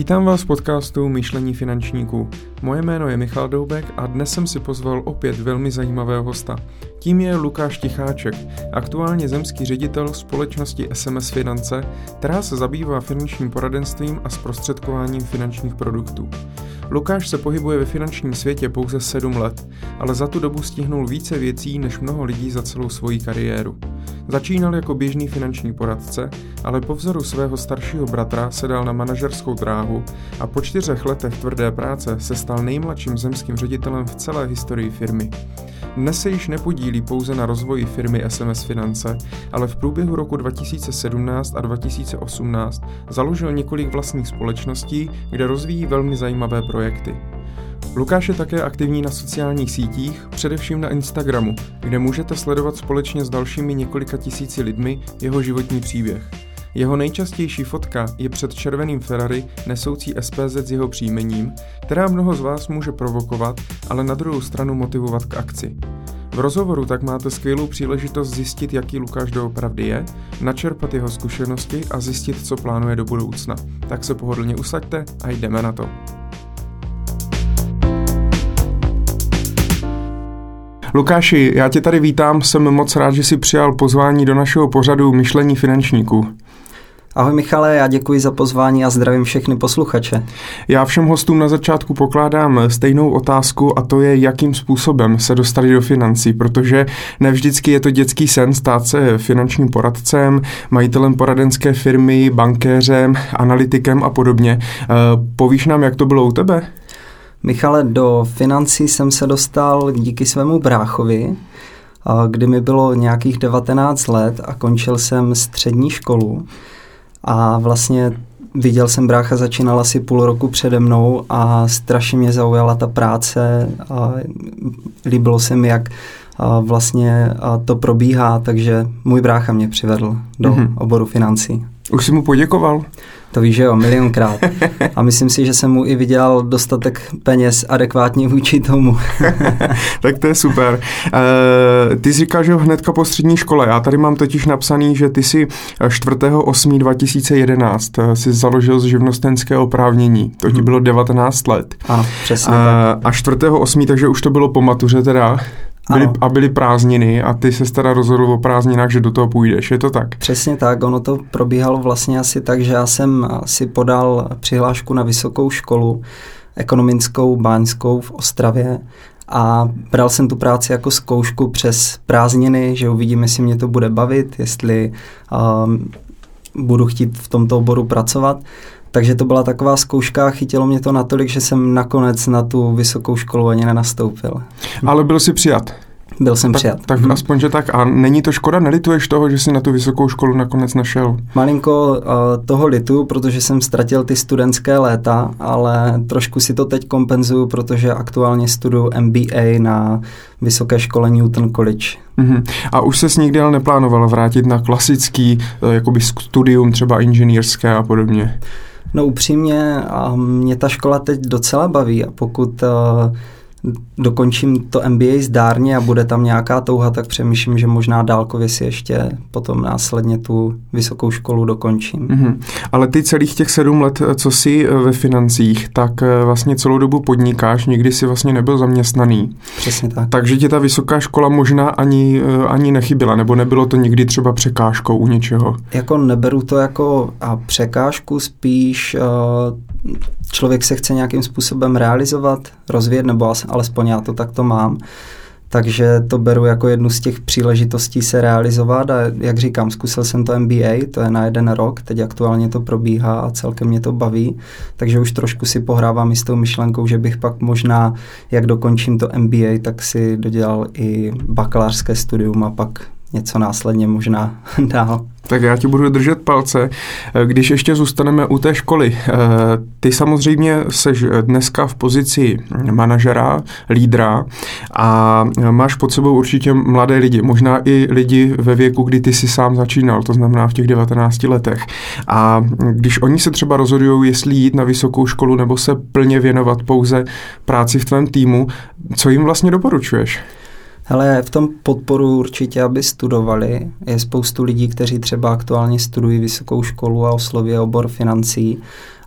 Vítám vás v podcastu Myšlení finančníků. Moje jméno je Michal Doubek a dnes jsem si pozval opět velmi zajímavého hosta. Tím je Lukáš Ticháček, aktuálně zemský ředitel společnosti SMS Finance, která se zabývá finančním poradenstvím a zprostředkováním finančních produktů. Lukáš se pohybuje ve finančním světě pouze 7 let, ale za tu dobu stihnul více věcí než mnoho lidí za celou svoji kariéru. Začínal jako běžný finanční poradce, ale po vzoru svého staršího bratra se dal na manažerskou dráhu a po 4 letech tvrdé práce se stal nejmladším zemským ředitelem v celé historii firmy. Dnes se již nepodílí pouze na rozvoji firmy SMS Finance, ale v průběhu roku 2017 a 2018 založil několik vlastních společností, kde rozvíjí velmi zajímavé projekty. Lukáš je také aktivní na sociálních sítích, především na Instagramu, kde můžete sledovat společně s dalšími několika tisíci lidmi jeho životní příběh. Jeho nejčastější fotka je před červeným Ferrari nesoucí SPZ s jeho příjmením, která mnoho z vás může provokovat, ale na druhou stranu motivovat k akci. V rozhovoru tak máte skvělou příležitost zjistit, jaký Lukáš doopravdy je, načerpat jeho zkušenosti a zjistit, co plánuje do budoucna. Tak se pohodlně usaďte a jdeme na to. Lukáši, já tě tady vítám, jsem moc rád, že jsi přijal pozvání do našeho pořadu Myšlení finančníků. Ahoj Michale, já děkuji za pozvání a zdravím všechny posluchače. Já všem hostům na začátku pokládám stejnou otázku a to je, jakým způsobem se dostali do financí, protože ne vždycky je to dětský sen stát se finančním poradcem, majitelem poradenské firmy, bankéřem, analytikem a podobně. Povíš nám, jak to bylo u tebe? Michale, do financí jsem se dostal díky svému bráchovi, kdy mi bylo nějakých 19 let a končil jsem střední školu. A vlastně viděl jsem brácha, začínal asi půl roku přede mnou a strašně mě zaujala ta práce a líbilo se mi, jak vlastně to probíhá, takže můj brácha mě přivedl do oboru financí. Už jsi mu poděkoval? To víš, že jo, milionkrát. A myslím si, že jsem mu i vydělal dostatek peněz adekvátně vůči tomu. Tak to je super. Ty jsi říkal, že hnedka po střední škole. Já tady mám totiž napsaný, že ty si 4.8.2011 si založil z živnostenského oprávnění. To ti bylo 19 let. Ano, přesně tak. A 4.8., takže už to bylo po matuře teda. Byly prázdniny a ty ses teda rozhodl o prázdninách, že do toho půjdeš, je to tak? Přesně tak, ono to probíhalo vlastně asi tak, že já jsem si podal přihlášku na vysokou školu, ekonomickou, báňskou v Ostravě a bral jsem tu práci jako zkoušku přes prázdniny, že uvidím, jestli mě to bude bavit, jestli budu chtít v tomto oboru pracovat. Takže to byla taková zkouška a chytilo mě to natolik, že jsem nakonec na tu vysokou školu ani nenastoupil. Ale byl jsi přijat? Byl jsem přijat. Tak aspoň, že tak. A není to škoda? Nelituješ toho, že jsi na tu vysokou školu nakonec našel? Malinko toho lituju, protože jsem ztratil ty studentské léta, ale trošku si to teď kompenzuju, protože aktuálně studuju MBA na vysoké škole Newton College. A už ses nikdy ale neplánoval vrátit na klasický jakoby studium, třeba inženýrské a podobně? No upřímně, mě ta škola teď docela baví a pokud dokončím to MBA zdárně a bude tam nějaká touha, tak přemýšlím, že možná dálkově si ještě potom následně tu vysokou školu dokončím. Ale ty celých těch 7 let, co jsi ve financích, tak vlastně celou dobu podnikáš, nikdy jsi vlastně nebyl zaměstnaný. Přesně tak. Takže ti ta vysoká škola možná ani nechyběla, nebo nebylo to nikdy třeba překážkou u něčeho? Jako neberu to jako překážku, spíš člověk se chce nějakým způsobem realizovat, rozvíjet, nebo alespoň já to takto mám. Takže to beru jako jednu z těch příležitostí se realizovat a jak říkám, zkusil jsem to MBA, to je na 1 rok, teď aktuálně to probíhá a celkem mě to baví, takže už trošku si pohrávám i s tou myšlenkou, že bych pak možná, jak dokončím to MBA, tak si dodělal i bakalářské studium a pak něco následně možná dál. Tak já ti budu držet palce. Když ještě zůstaneme u té školy, ty samozřejmě seš dneska v pozici manažera, lídra a máš pod sebou určitě mladé lidi, možná i lidi ve věku, kdy ty jsi sám začínal, to znamená v těch 19 letech. A když oni se třeba rozhodují, jestli jít na vysokou školu nebo se plně věnovat pouze práci v tvém týmu, co jim vlastně doporučuješ? Hele, v tom podporu určitě, aby studovali. Je spoustu lidí, kteří třeba aktuálně studují vysokou školu a osloví obor financí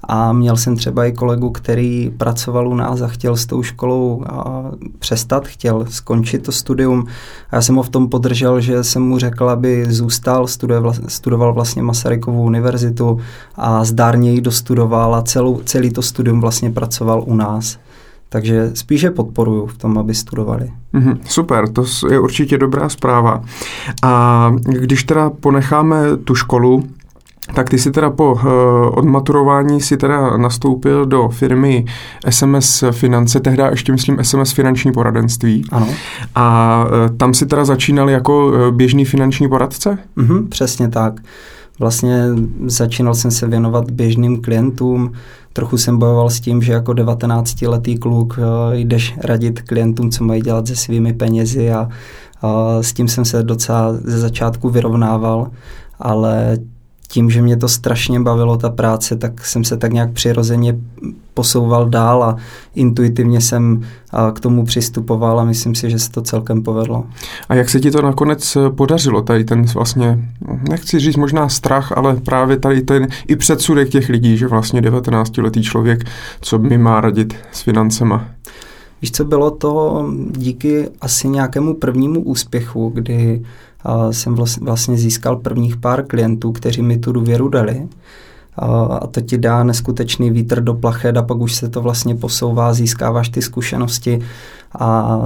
A měl jsem třeba i kolegu, který pracoval u nás a chtěl s tou školou přestat, chtěl skončit to studium. A já jsem ho v tom podržel, že jsem mu řekl, aby zůstal, studoval vlastně Masarykovu univerzitu a zdárně ji dostudoval a celý to studium vlastně pracoval u nás. Takže spíše podporuju v tom, aby studovali. Super, to je určitě dobrá zpráva. A když teda ponecháme tu školu, tak ty si teda po odmaturování si teda nastoupil do firmy SMS Finance, tehdy ještě myslím SMS Finanční poradenství. Ano. A tam si teda začínal jako běžný finanční poradce? Přesně tak. Vlastně začínal jsem se věnovat běžným klientům, trochu jsem bojoval s tím, že jako 19letý kluk jdeš radit klientům, co mají dělat se svými penězi a s tím jsem se docela ze začátku vyrovnával, ale tím, že mě to strašně bavilo, ta práce, tak jsem se tak nějak přirozeně posouval dál a intuitivně jsem k tomu přistupoval a myslím si, že se to celkem povedlo. A jak se ti to nakonec podařilo? Tady ten vlastně, nechci říct možná strach, ale právě tady ten i předsudek těch lidí, že vlastně 19letý člověk, co mi má radit s financema? Víš, co bylo to díky asi nějakému prvnímu úspěchu, kdy jsem vlastně získal prvních pár klientů, kteří mi tu důvěru dali. A to ti dá neskutečný vítr do plachet a pak už se to vlastně posouvá, získáváš ty zkušenosti a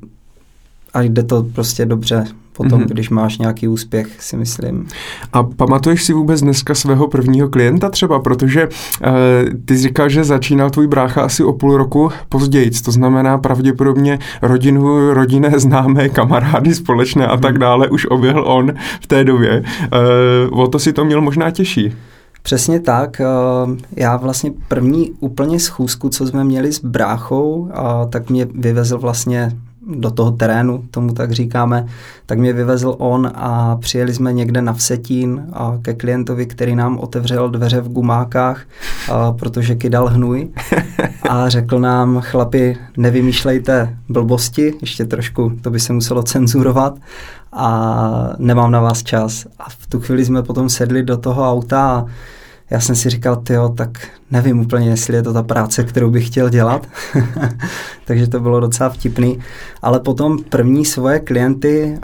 jde to prostě dobře potom, když máš nějaký úspěch, si myslím. A pamatuješ si vůbec dneska svého prvního klienta třeba, protože ty jsi říkal, že začínal tvůj brácha asi o půl roku později, to znamená pravděpodobně rodinné známé, kamarády společné a tak dále už oběhl on v té době. O to si to měl možná těžší. Přesně tak. Já vlastně první úplně schůzku, co jsme měli s bráchou, tak mě vyvezl vlastně do toho terénu, tomu tak říkáme, tak mě vyvezl on a přijeli jsme někde na Vsetín ke klientovi, který nám otevřel dveře v gumákách, protože kydal hnůj a řekl nám: chlapi, nevymýšlejte blbosti, ještě trošku, to by se muselo cenzurovat a nemám na vás čas. A v tu chvíli jsme potom sedli do toho auta a já jsem si říkal, tak nevím úplně, jestli je to ta práce, kterou bych chtěl dělat. Takže to bylo docela vtipný. Ale potom první svoje klienty,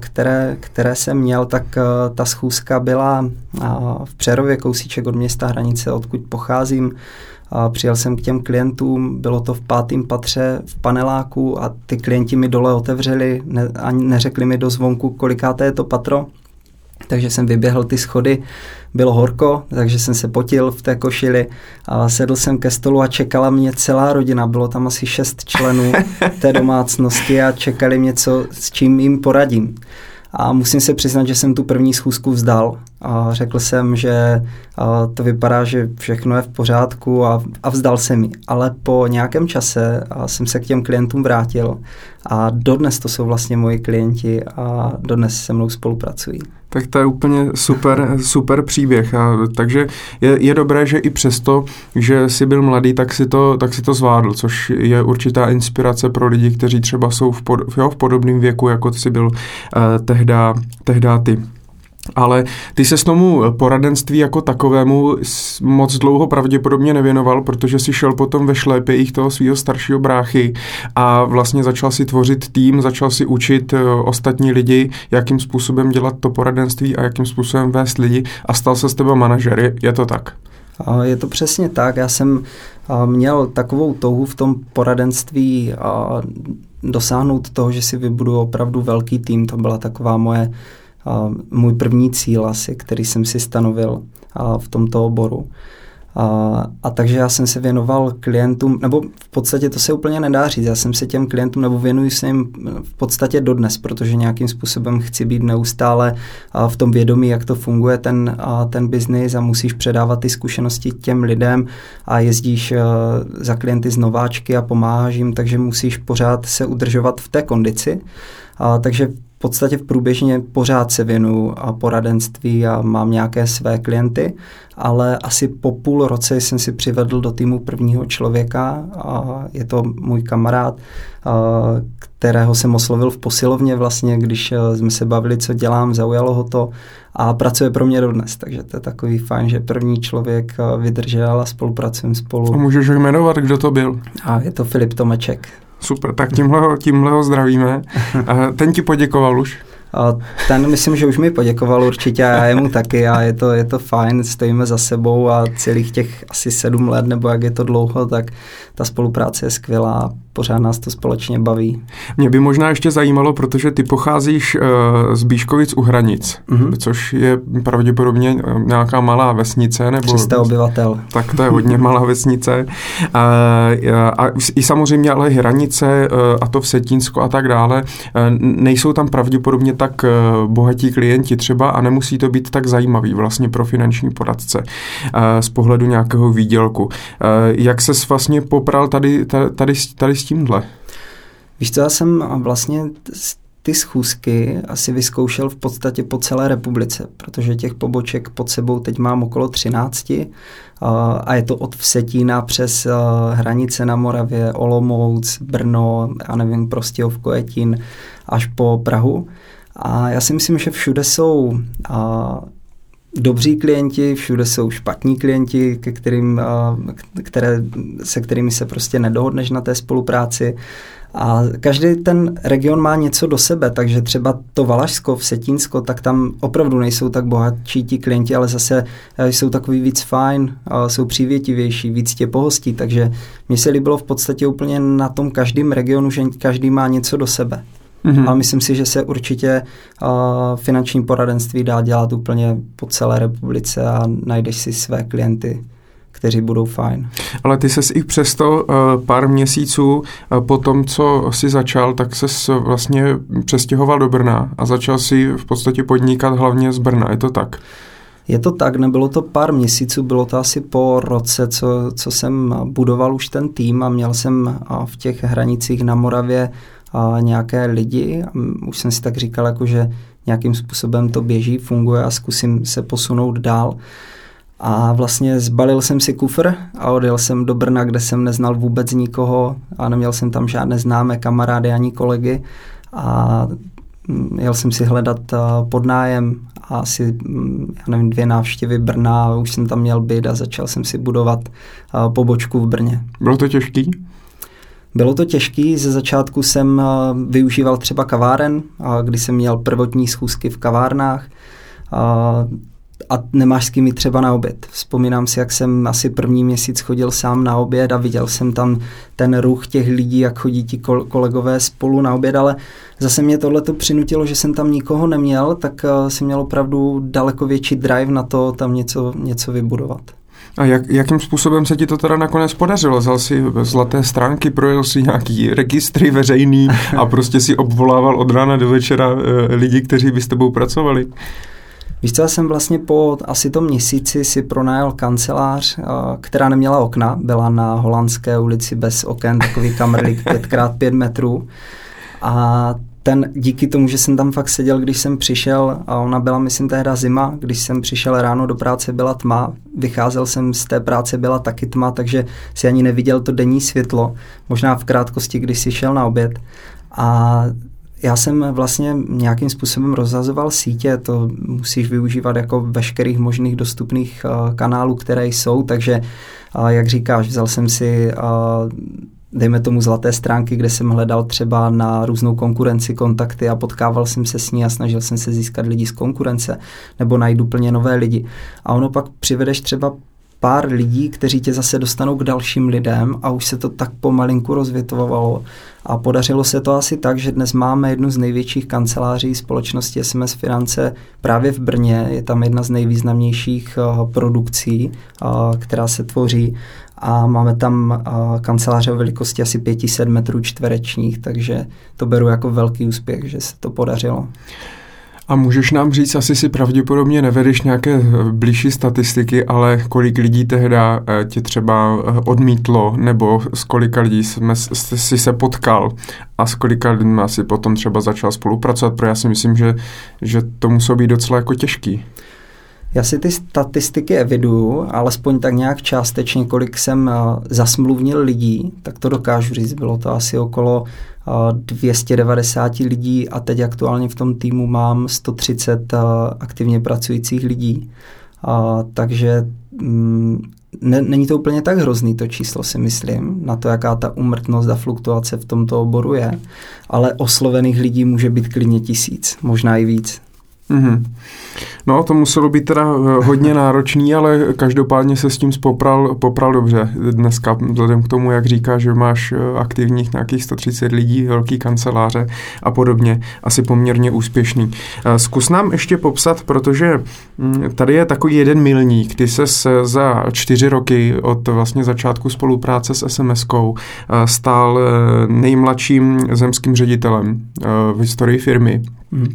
které jsem měl, tak ta schůzka byla v Přerově, kousíček od města Hranice, odkud pocházím. Přijel jsem k těm klientům, bylo to v 5. patře v paneláku a ty klienti mi dole otevřeli, ani neřekli mi do zvonku, kolikáté je to patro. Takže jsem vyběhl ty schody, bylo horko, takže jsem se potil v té košili a sedl jsem ke stolu a čekala mě celá rodina, bylo tam asi 6 členů té domácnosti a čekali mě, s čím jim poradím. A musím se přiznat, že jsem tu první schůzku vzdal a řekl jsem, že to vypadá, že všechno je v pořádku a vzdal jsem ji. Ale po nějakém čase jsem se k těm klientům vrátil a dodnes to jsou vlastně moji klienti a dodnes se mnou spolupracují. Tak to je úplně super příběh. Takže je dobré, že i přesto, že jsi byl mladý, tak si to zvládl, což je určitá inspirace pro lidi, kteří třeba jsou v podobném věku, jako jsi byl tehda ty. Ale ty se s tomu poradenství jako takovému moc dlouho pravděpodobně nevěnoval, protože si šel potom ve šlépějích toho svého staršího bráchy a vlastně začal si tvořit tým, začal si učit ostatní lidi, jakým způsobem dělat to poradenství a jakým způsobem vést lidi a stal se z tebe manažer. Je to tak? Je to přesně tak. Já jsem měl takovou touhu v tom poradenství dosáhnout toho, že si vybuduju opravdu velký tým. To byla taková můj první cíl asi, který jsem si stanovil v tomto oboru. A takže já jsem se věnoval klientům, nebo v podstatě to se úplně nedá říct, já jsem se těm klientům, nebo věnuji se jim v podstatě dodnes, protože nějakým způsobem chci být neustále v tom vědomí, jak to funguje ten biznis a musíš předávat ty zkušenosti těm lidem a jezdíš za klienty z nováčky a pomáháš jim, takže musíš pořád se udržovat v té kondici. Takže podstatě v průběžně pořád se věnuju a poradenství a mám nějaké své klienty, ale asi po půl roce jsem si přivedl do týmu prvního člověka a je to můj kamarád, kterého jsem oslovil v posilovně vlastně, když jsme se bavili, co dělám, zaujalo ho to a pracuje pro mě dodnes, takže to je takový fajn, že první člověk vydržel a spolupracujeme spolu. A můžeš ho jmenovat, kdo to byl? A je to Filip Tomeček. Super, tak tímhle ho zdravíme. A ten ti poděkoval už? A ten myslím, že už mi poděkoval určitě a já jemu taky a je to fajn, stojíme za sebou a celých těch asi 7 let, nebo jak je to dlouho, tak ta spolupráce je skvělá a pořád nás to společně baví. Mě by možná ještě zajímalo, protože ty pocházíš z Bíškovic u Hranic, což je pravděpodobně nějaká malá vesnice. Nebo 300 obyvatel. Tak to je hodně malá vesnice. A i samozřejmě ale Hranice a to Vsetínsko a tak dále, nejsou tam pravděpodobně tak bohatí klienti třeba a nemusí to být tak zajímavý vlastně pro finanční poradce z pohledu nějakého výdělku. Jak ses vlastně popral tady s tímhle? Víš co, já jsem vlastně ty schůzky asi vyzkoušel v podstatě po celé republice, protože těch poboček pod sebou teď mám okolo 13 a je to od Vsetína přes Hranice na Moravě, Olomouc, Brno, já nevím, Prostějov, Kojetín až po Prahu. A já si myslím, že všude jsou dobří klienti, všude jsou špatní klienti, se kterými se prostě nedohodneš na té spolupráci. A každý ten region má něco do sebe, takže třeba to Valašsko, Vsetínsko, tak tam opravdu nejsou tak bohatší ti klienti, ale zase jsou takový víc fajn, jsou přívětivější, víc tě pohostí, takže mně se líbilo v podstatě úplně na tom každém regionu, že každý má něco do sebe. Ale myslím si, že se určitě finanční poradenství dá dělat úplně po celé republice a najdeš si své klienty, kteří budou fajn. Ale ty ses i přesto pár měsíců po tom, co jsi začal, tak ses vlastně přestěhoval do Brna a začal si v podstatě podnikat hlavně z Brna, je to tak? Je to tak, nebylo to pár měsíců, bylo to asi po roce, co jsem budoval už ten tým a měl jsem v těch Hranicích na Moravě nějaké lidi. Už jsem si tak říkal, jako, že nějakým způsobem to běží, funguje a zkusím se posunout dál. A vlastně zbalil jsem si kufr a odjel jsem do Brna, kde jsem neznal vůbec nikoho a neměl jsem tam žádné známé kamarády ani kolegy a jel jsem si hledat podnájem a asi, já nevím, 2 návštěvy Brna a už jsem tam měl být a začal jsem si budovat pobočku v Brně. Bylo to těžký? Bylo to těžký, ze začátku jsem využíval třeba kaváren, kdy jsem měl prvotní schůzky v kavárnách a nemáš s kým jít třeba na oběd. Vzpomínám si, jak jsem asi první měsíc chodil sám na oběd a viděl jsem tam ten ruch těch lidí, jak chodí ti kolegové spolu na oběd, ale zase mě tohleto přinutilo, že jsem tam nikoho neměl, tak jsem měl opravdu daleko větší drive na to tam něco vybudovat. A jakým způsobem se ti to teda nakonec podařilo? Vzal si zlaté stránky, projel si nějaký registry veřejný a prostě si obvolával od rána do večera lidi, kteří by s tebou pracovali? Víš co, já jsem vlastně po asi tom měsíci si pronajal kancelář, která neměla okna, byla na Holandské ulici bez oken, takový kamrlík 5x5 metrů a díky tomu, že jsem tam fakt seděl, když jsem přišel a ona byla, myslím, tehda zima, když jsem přišel ráno do práce, byla tma, vycházel jsem z té práce, byla taky tma, takže si ani neviděl to denní světlo, možná v krátkosti, když si šel na oběd a já jsem vlastně nějakým způsobem rozhazoval sítě, to musíš využívat jako veškerých možných dostupných kanálů, které jsou, takže jak říkáš, vzal jsem si dejme tomu zlaté stránky, kde jsem hledal třeba na různou konkurenci kontakty a potkával jsem se s ní a snažil jsem se získat lidi z konkurence nebo najít úplně nové lidi. A ono pak přivedeš třeba pár lidí, kteří tě zase dostanou k dalším lidem a už se to tak pomalinku rozvětvovalo. A podařilo se to asi tak, že dnes máme jednu z největších kanceláří společnosti SMS Finance právě v Brně. Je tam jedna z nejvýznamnějších produkcí, která se tvoří a máme tam kanceláře o velikosti asi 500 metrů čtverečních, takže to beru jako velký úspěch, že se to podařilo. A můžeš nám říct, asi si pravděpodobně nevedeš nějaké bližší statistiky, ale kolik lidí tehda tě třeba odmítlo, nebo s kolika lidí jsi se potkal a s kolika lidmi asi potom třeba začal spolupracovat, protože já si myslím, že to muselo být docela jako těžký. Já si ty statistiky eviduju, alespoň tak nějak částečně, kolik jsem zasmluvnil lidí, tak to dokážu říct. Bylo to asi okolo 290 lidí a teď aktuálně v tom týmu mám 130 aktivně pracujících lidí. Takže není to úplně tak hrozný to číslo, si myslím, na to, jaká ta úmrtnost a fluktuace v tomto oboru je, ale oslovených lidí může být klidně 1000, možná i víc. Mm-hmm. No, to muselo být teda hodně náročný, ale každopádně se s tím popral dobře. Dneska vzhledem k tomu, jak říkáš, že máš aktivních nějakých 130 lidí, velký kanceláře a podobně, asi poměrně úspěšný. Zkus nám ještě popsat, protože tady je takový jeden milník. Ty ses za 4 roky od vlastně začátku spolupráce s SMS-kou stal nejmladším zemským ředitelem v historii firmy.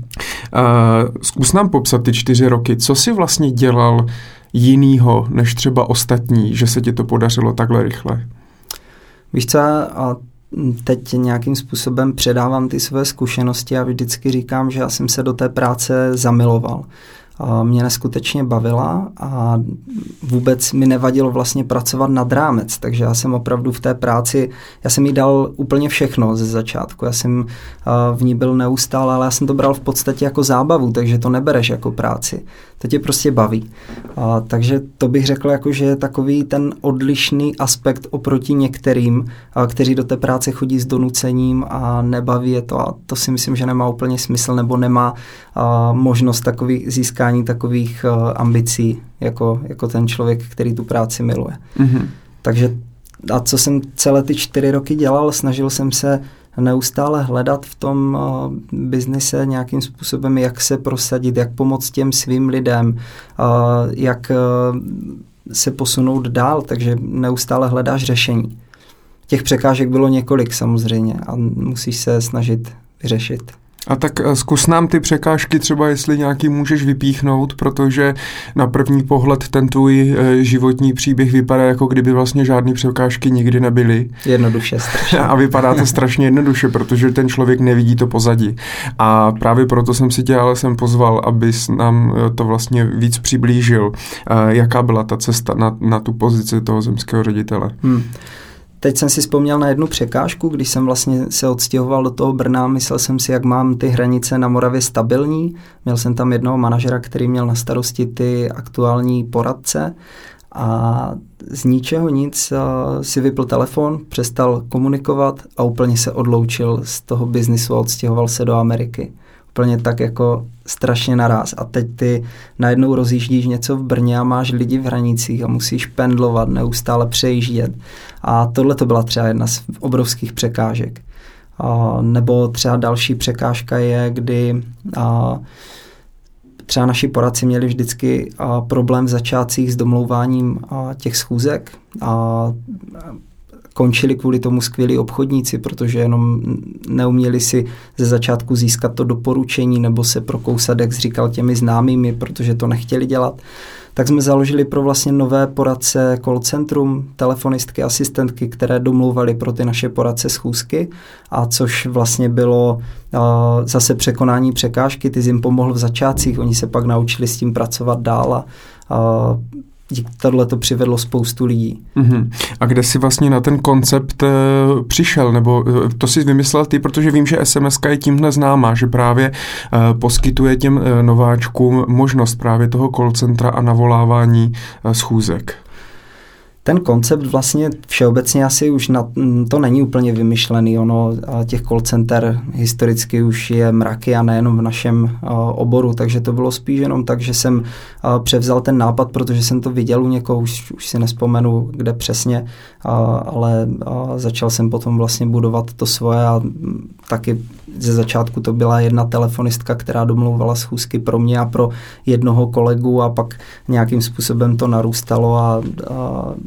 Zkus nám popsat ty 4 roky. Co jsi vlastně dělal jinýho než třeba ostatní, že se ti to podařilo takhle rychle? Víš co, a teď nějakým způsobem předávám ty své zkušenosti a vždycky říkám, že já jsem se do té práce zamiloval. Mě neskutečně bavila a vůbec mi nevadilo vlastně pracovat nad rámec, takže já jsem opravdu v té práci, já jsem jí dal úplně všechno ze začátku, já jsem v ní byl neustále, ale já jsem to bral v podstatě jako zábavu, takže to nebereš jako práci, to tě prostě baví. Takže to bych řekl, jako, že je takový ten odlišný aspekt oproti některým, kteří do té práce chodí s donucením a nebaví je to a to si myslím, že nemá úplně smysl nebo nemá možnost získání takových ambicí jako ten člověk, který tu práci miluje. Mm-hmm. Takže a co jsem celé ty 4 roky dělal, snažil jsem se neustále hledat v tom biznise nějakým způsobem, jak se prosadit, jak pomoct těm svým lidem, jak se posunout dál, takže neustále hledáš řešení. Těch překážek bylo několik samozřejmě a musíš se snažit vyřešit. A tak zkus nám ty překážky třeba, jestli nějaký můžeš vypíchnout, protože na první pohled ten tvůj životní příběh vypadá, jako kdyby vlastně žádný překážky nikdy nebyly. Jednoduše strašně. A vypadá to strašně jednoduše, protože ten člověk nevidí to pozadí. A právě proto jsem si tě ale pozval, abys nám to vlastně víc přiblížil. Jaká byla ta cesta na tu pozici toho zemského ředitele? Teď jsem si vzpomněl na jednu překážku, když jsem vlastně se odstěhoval do toho Brna, myslel jsem si, jak mám ty hranice na Moravě stabilní. Měl jsem tam jednoho manažera, který měl na starosti ty aktuální poradce a z ničeho nic si vypl telefon, přestal komunikovat a úplně se odloučil z toho biznisu a odstěhoval se do Ameriky. Úplně tak jako strašně naráz. A teď ty najednou rozjíždíš něco v Brně a máš lidi v hranicích a musíš pendlovat, neustále přejíždět. A tohle to byla třeba jedna z obrovských překážek. Nebo třeba další překážka je, kdy třeba naši poradci měli vždycky problém v začátcích s domlouváním těch schůzek a končili kvůli tomu skvělí obchodníci, protože jenom neuměli si ze začátku získat to doporučení nebo se prokousat, jak jsi říkal, těmi známými, protože to nechtěli dělat. Tak jsme založili pro vlastně nové poradce call centrum, telefonistky, asistentky, které domlouvaly pro ty naše poradce schůzky, a což vlastně bylo zase překonání překážky, ty jim pomohl v začátcích, oni se pak naučili s tím pracovat dál a tohle to přivedlo spoustu lidí. Mm-hmm. A kde jsi vlastně na ten koncept přišel, nebo to jsi vymyslel ty, protože vím, že SMS-ka je tímhle známá, že právě poskytuje těm nováčkům možnost právě toho call centra a navolávání schůzek. Ten koncept vlastně všeobecně asi už to není úplně vymyšlený. Ono těch call center historicky už je mraky a nejenom v našem oboru, takže to bylo spíš jenom tak, že jsem převzal ten nápad, protože jsem to viděl u někoho, už si nespomenu, kde přesně, ale začal jsem potom vlastně budovat to svoje a taky ze začátku to byla jedna telefonistka, která domlouvala schůzky pro mě a pro jednoho kolegu a pak nějakým způsobem to narůstalo a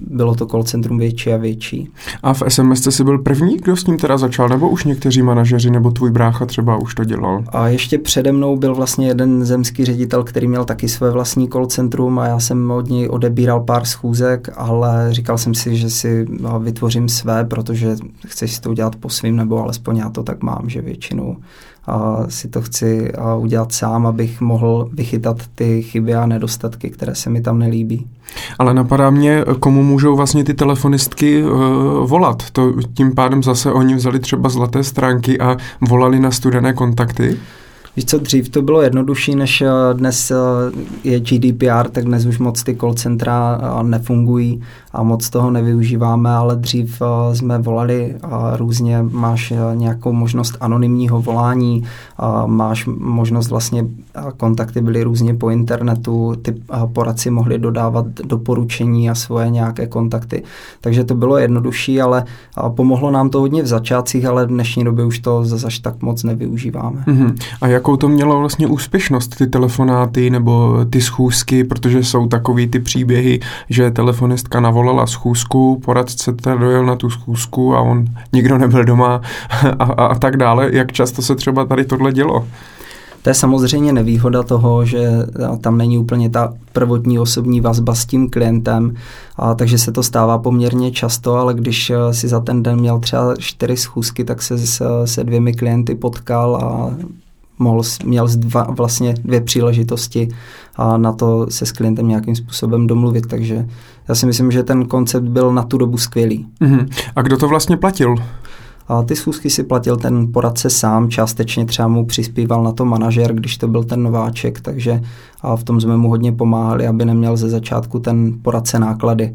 bylo to call centrum větší a větší. A v SMSC jsi byl první, kdo s tím teda začal, nebo už někteří manažeři, nebo tvůj brácha třeba už to dělal? A ještě přede mnou byl vlastně jeden zemský ředitel, který měl taky své vlastní call centrum a já jsem od něj odebíral pár schůzek, ale říkal jsem si, že si vytvořím své, protože chci si to udělat po svým, nebo alespoň já to tak mám, že většinou si to chci udělat sám, abych mohl vychytat ty chyby a nedostatky, které se mi tam nelíbí. Ale napadá mě, komu můžou vlastně ty telefonistky volat. To tím pádem zase oni vzali třeba zlaté stránky a volali na studené kontakty? Víš co, dřív to bylo jednodušší, než dnes je GDPR, tak dnes už moc ty call centra nefungují a moc toho nevyužíváme, ale dřív jsme volali různě, máš nějakou možnost anonymního volání, máš možnost vlastně, kontakty byly různě po internetu, ty poradci mohli dodávat doporučení a svoje nějaké kontakty, takže to bylo jednodušší, ale pomohlo nám to hodně v začátcích, ale v dnešní době už to zase tak moc nevyužíváme. A jakou to mělo vlastně úspěšnost, ty telefonáty nebo ty schůzky, protože jsou takový ty příběhy, že telefonistka navolala schůzku, poradce dojel na tu schůzku a on nikdo nebyl doma a tak dále. Jak často se třeba tady tohle dělo? To je samozřejmě nevýhoda toho, že tam není úplně ta prvotní osobní vazba s tím klientem, takže se to stává poměrně často, ale když si za ten den měl třeba 4 schůzky, tak se 2 klienty potkal a měl vlastně 2 příležitosti a na to se s klientem nějakým způsobem domluvit, takže já si myslím, že ten koncept byl na tu dobu skvělý. A kdo to vlastně platil? A ty schůzky si platil ten poradce sám, částečně třeba mu přispíval na to manažer, když to byl ten nováček, takže v tom jsme mu hodně pomáhali, aby neměl ze začátku ten poradce náklady.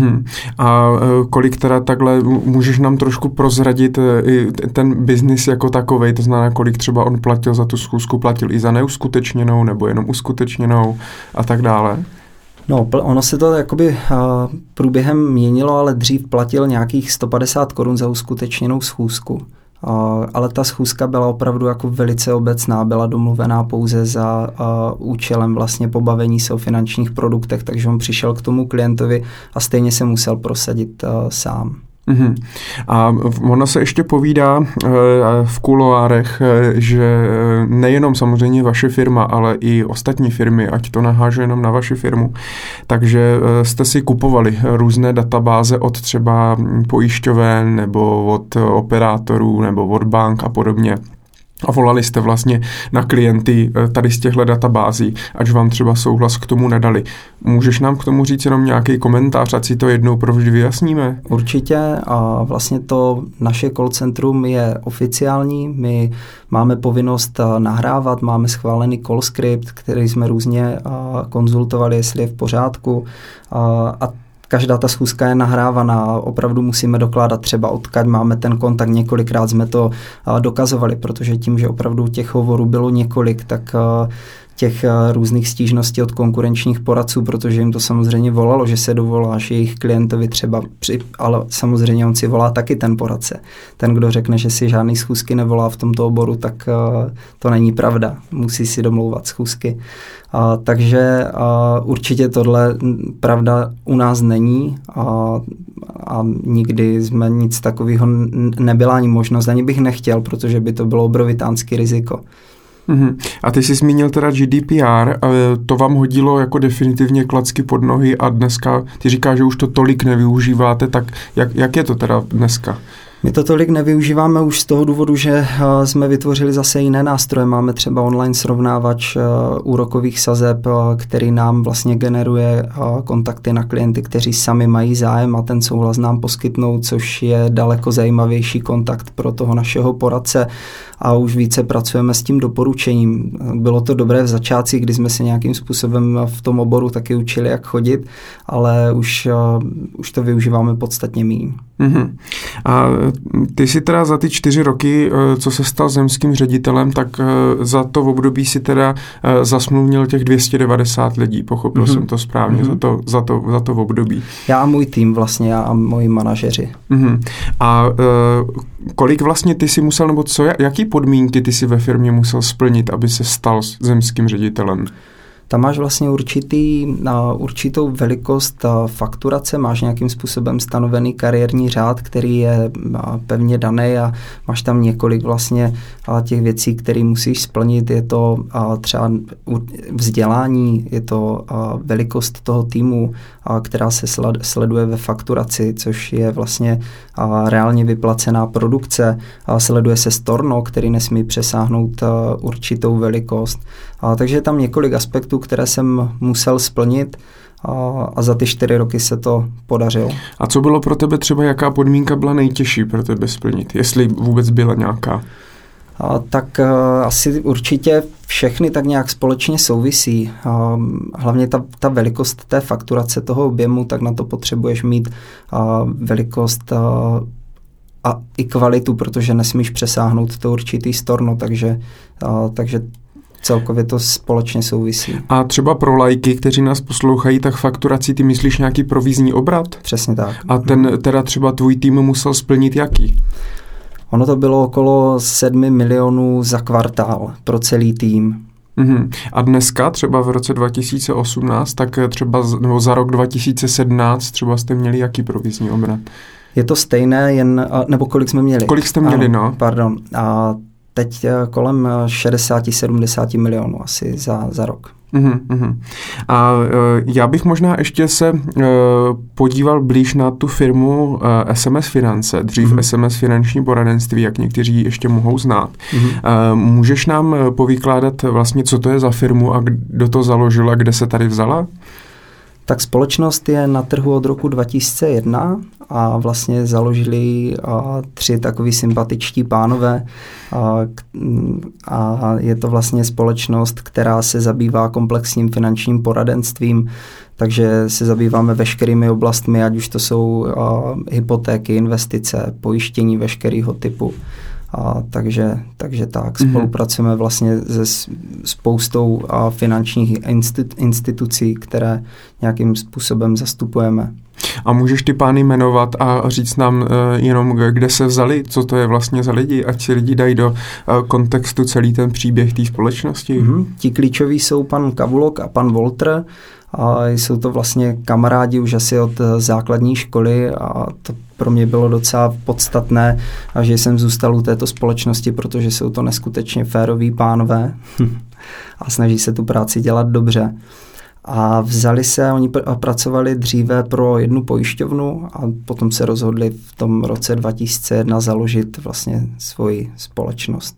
A kolik teda takhle, můžeš nám trošku prozradit i ten biznis jako takovej, to znamená, kolik třeba on platil za tu schůzku, platil i za neuskutečněnou nebo jenom uskutečněnou a tak dále? No, ono se to jakoby průběhem měnilo, ale dřív platil nějakých 150 korun za uskutečněnou schůzku. Ale ta schůzka byla opravdu jako velice obecná, byla domluvená pouze za účelem vlastně pobavení se o finančních produktech, takže on přišel k tomu klientovi a stejně se musel prosadit sám. A ono se ještě povídá v kuloárech, že nejenom samozřejmě vaše firma, ale i ostatní firmy, ať to naháže jenom na vaši firmu, takže jste si kupovali různé databáze od třeba pojišťoven nebo od operátorů nebo od bank a podobně. A volali jste vlastně na klienty tady z těchto databází, až vám třeba souhlas k tomu nedali. Můžeš nám k tomu říct jenom nějaký komentář, ať si to jednou provždy vyjasníme? Určitě a vlastně to naše call centrum je oficiální, my máme povinnost nahrávat, máme schválený call script, který jsme různě konzultovali, jestli je v pořádku a každá ta schůzka je nahrávaná, opravdu musíme dokládat třeba odkud máme ten kontakt, několikrát jsme to dokazovali, protože tím, že opravdu těch hovorů bylo několik, tak těch různých stížností od konkurenčních poradců, protože jim to samozřejmě volalo, že se dovoláš jejich klientovi třeba, ale samozřejmě on si volá taky ten poradce. Ten, kdo řekne, že si žádný schůzky nevolá v tomto oboru, tak to není pravda. Musí si domlouvat schůzky. Takže určitě tohle pravda u nás není a nikdy jsme nic takového nebyla ani možnost, ani bych nechtěl, protože by to bylo obrovitánský riziko. A ty jsi zmínil teda GDPR, to vám hodilo jako definitivně klacky pod nohy a dneska ty říkáš, že už to tolik nevyužíváte, tak jak je to teda dneska? My to tolik nevyužíváme už z toho důvodu, že jsme vytvořili zase jiné nástroje. Máme třeba online srovnávač úrokových sazeb, který nám vlastně generuje kontakty na klienty, kteří sami mají zájem a ten souhlas nám poskytnou, což je daleko zajímavější kontakt pro toho našeho poradce a už více pracujeme s tím doporučením. Bylo to dobré v začátcích, kdy jsme se nějakým způsobem v tom oboru taky učili, jak chodit, ale už to využíváme podstatně méně. A ty si teda za ty 4 roky, co se stal zemským ředitelem, tak za to v období si teda zasmluvnil těch 290 lidí, pochopil jsem to správně, za to v období. Já a můj tým vlastně, já a moji manažeři. A kolik vlastně ty si musel, nebo jaký podmínky ty si ve firmě musel splnit, aby se stal zemským ředitelem? Tam máš vlastně určitou velikost fakturace, máš nějakým způsobem stanovený kariérní řád, který je pevně daný a máš tam několik vlastně těch věcí, které musíš splnit. Je to třeba vzdělání, je to velikost toho týmu, která se sleduje ve fakturaci, což je vlastně reálně vyplacená produkce. Sleduje se storno, který nesmí přesáhnout určitou velikost. Takže je tam několik aspektů, které jsem musel splnit a za ty 4 roky se to podařilo. A co bylo pro tebe třeba, jaká podmínka byla nejtěžší pro tebe splnit, jestli vůbec byla nějaká? Tak asi určitě všechny tak nějak společně souvisí. Hlavně ta velikost té fakturace toho objemu, tak na to potřebuješ mít velikost a i kvalitu, protože nesmíš přesáhnout to určitý storno, takže celkově to společně souvisí. A třeba pro laiky, kteří nás poslouchají, tak fakturací ty myslíš nějaký provizní obrat? Přesně tak. A ten teda třeba tvůj tým musel splnit jaký? Ono to bylo okolo 7 milionů za kvartál pro celý tým. A dneska, třeba v roce 2018, tak třeba nebo za rok 2017 třeba jste měli jaký provizní obrat? Je to stejné, nebo kolik jsme měli? Kolik jste měli, ano, pardon. A teď kolem 60-70 milionů asi za rok. A já bych možná ještě se podíval blíž na tu firmu SMS Finance, dřív SMS Finanční poradenství, jak někteří ještě mohou znát. Můžeš nám povykládat vlastně, co to je za firmu a kdo to založil a kde se tady vzala? Tak společnost je na trhu od roku 2001 a vlastně založili 3 takový sympatičtí pánové a je to vlastně společnost, která se zabývá komplexním finančním poradenstvím, takže se zabýváme veškerými oblastmi, ať už to jsou hypotéky, investice, pojištění veškerého typu. Takže spolupracujeme vlastně se spoustou finančních institucí, které nějakým způsobem zastupujeme. A můžeš ty pány jmenovat a říct nám jenom, kde se vzali, co to je vlastně za lidi, ať si lidi dají do kontextu celý ten příběh té společnosti? Ti klíčoví jsou pan Kavulok a pan Wolter. A jsou to vlastně kamarádi už asi od základní školy a to pro mě bylo docela podstatné, a že jsem zůstal u této společnosti, protože jsou to neskutečně féroví pánové a snaží se tu práci dělat dobře. A oni pracovali dříve pro jednu pojišťovnu a potom se rozhodli v tom roce 2001 založit vlastně svoji společnost.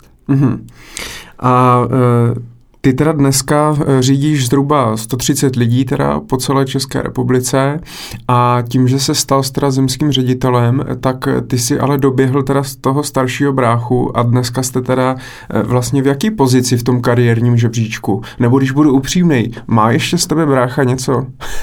Ty teda dneska řídíš zhruba 130 lidí teda po celé České republice a tím, že se stal teda zemským ředitelem, tak ty si ale doběhl teda z toho staršího bráchu a dneska jste teda vlastně v jaký pozici v tom kariérním žebříčku? Nebo když budu upřímnej, má ještě z tebe brácha něco?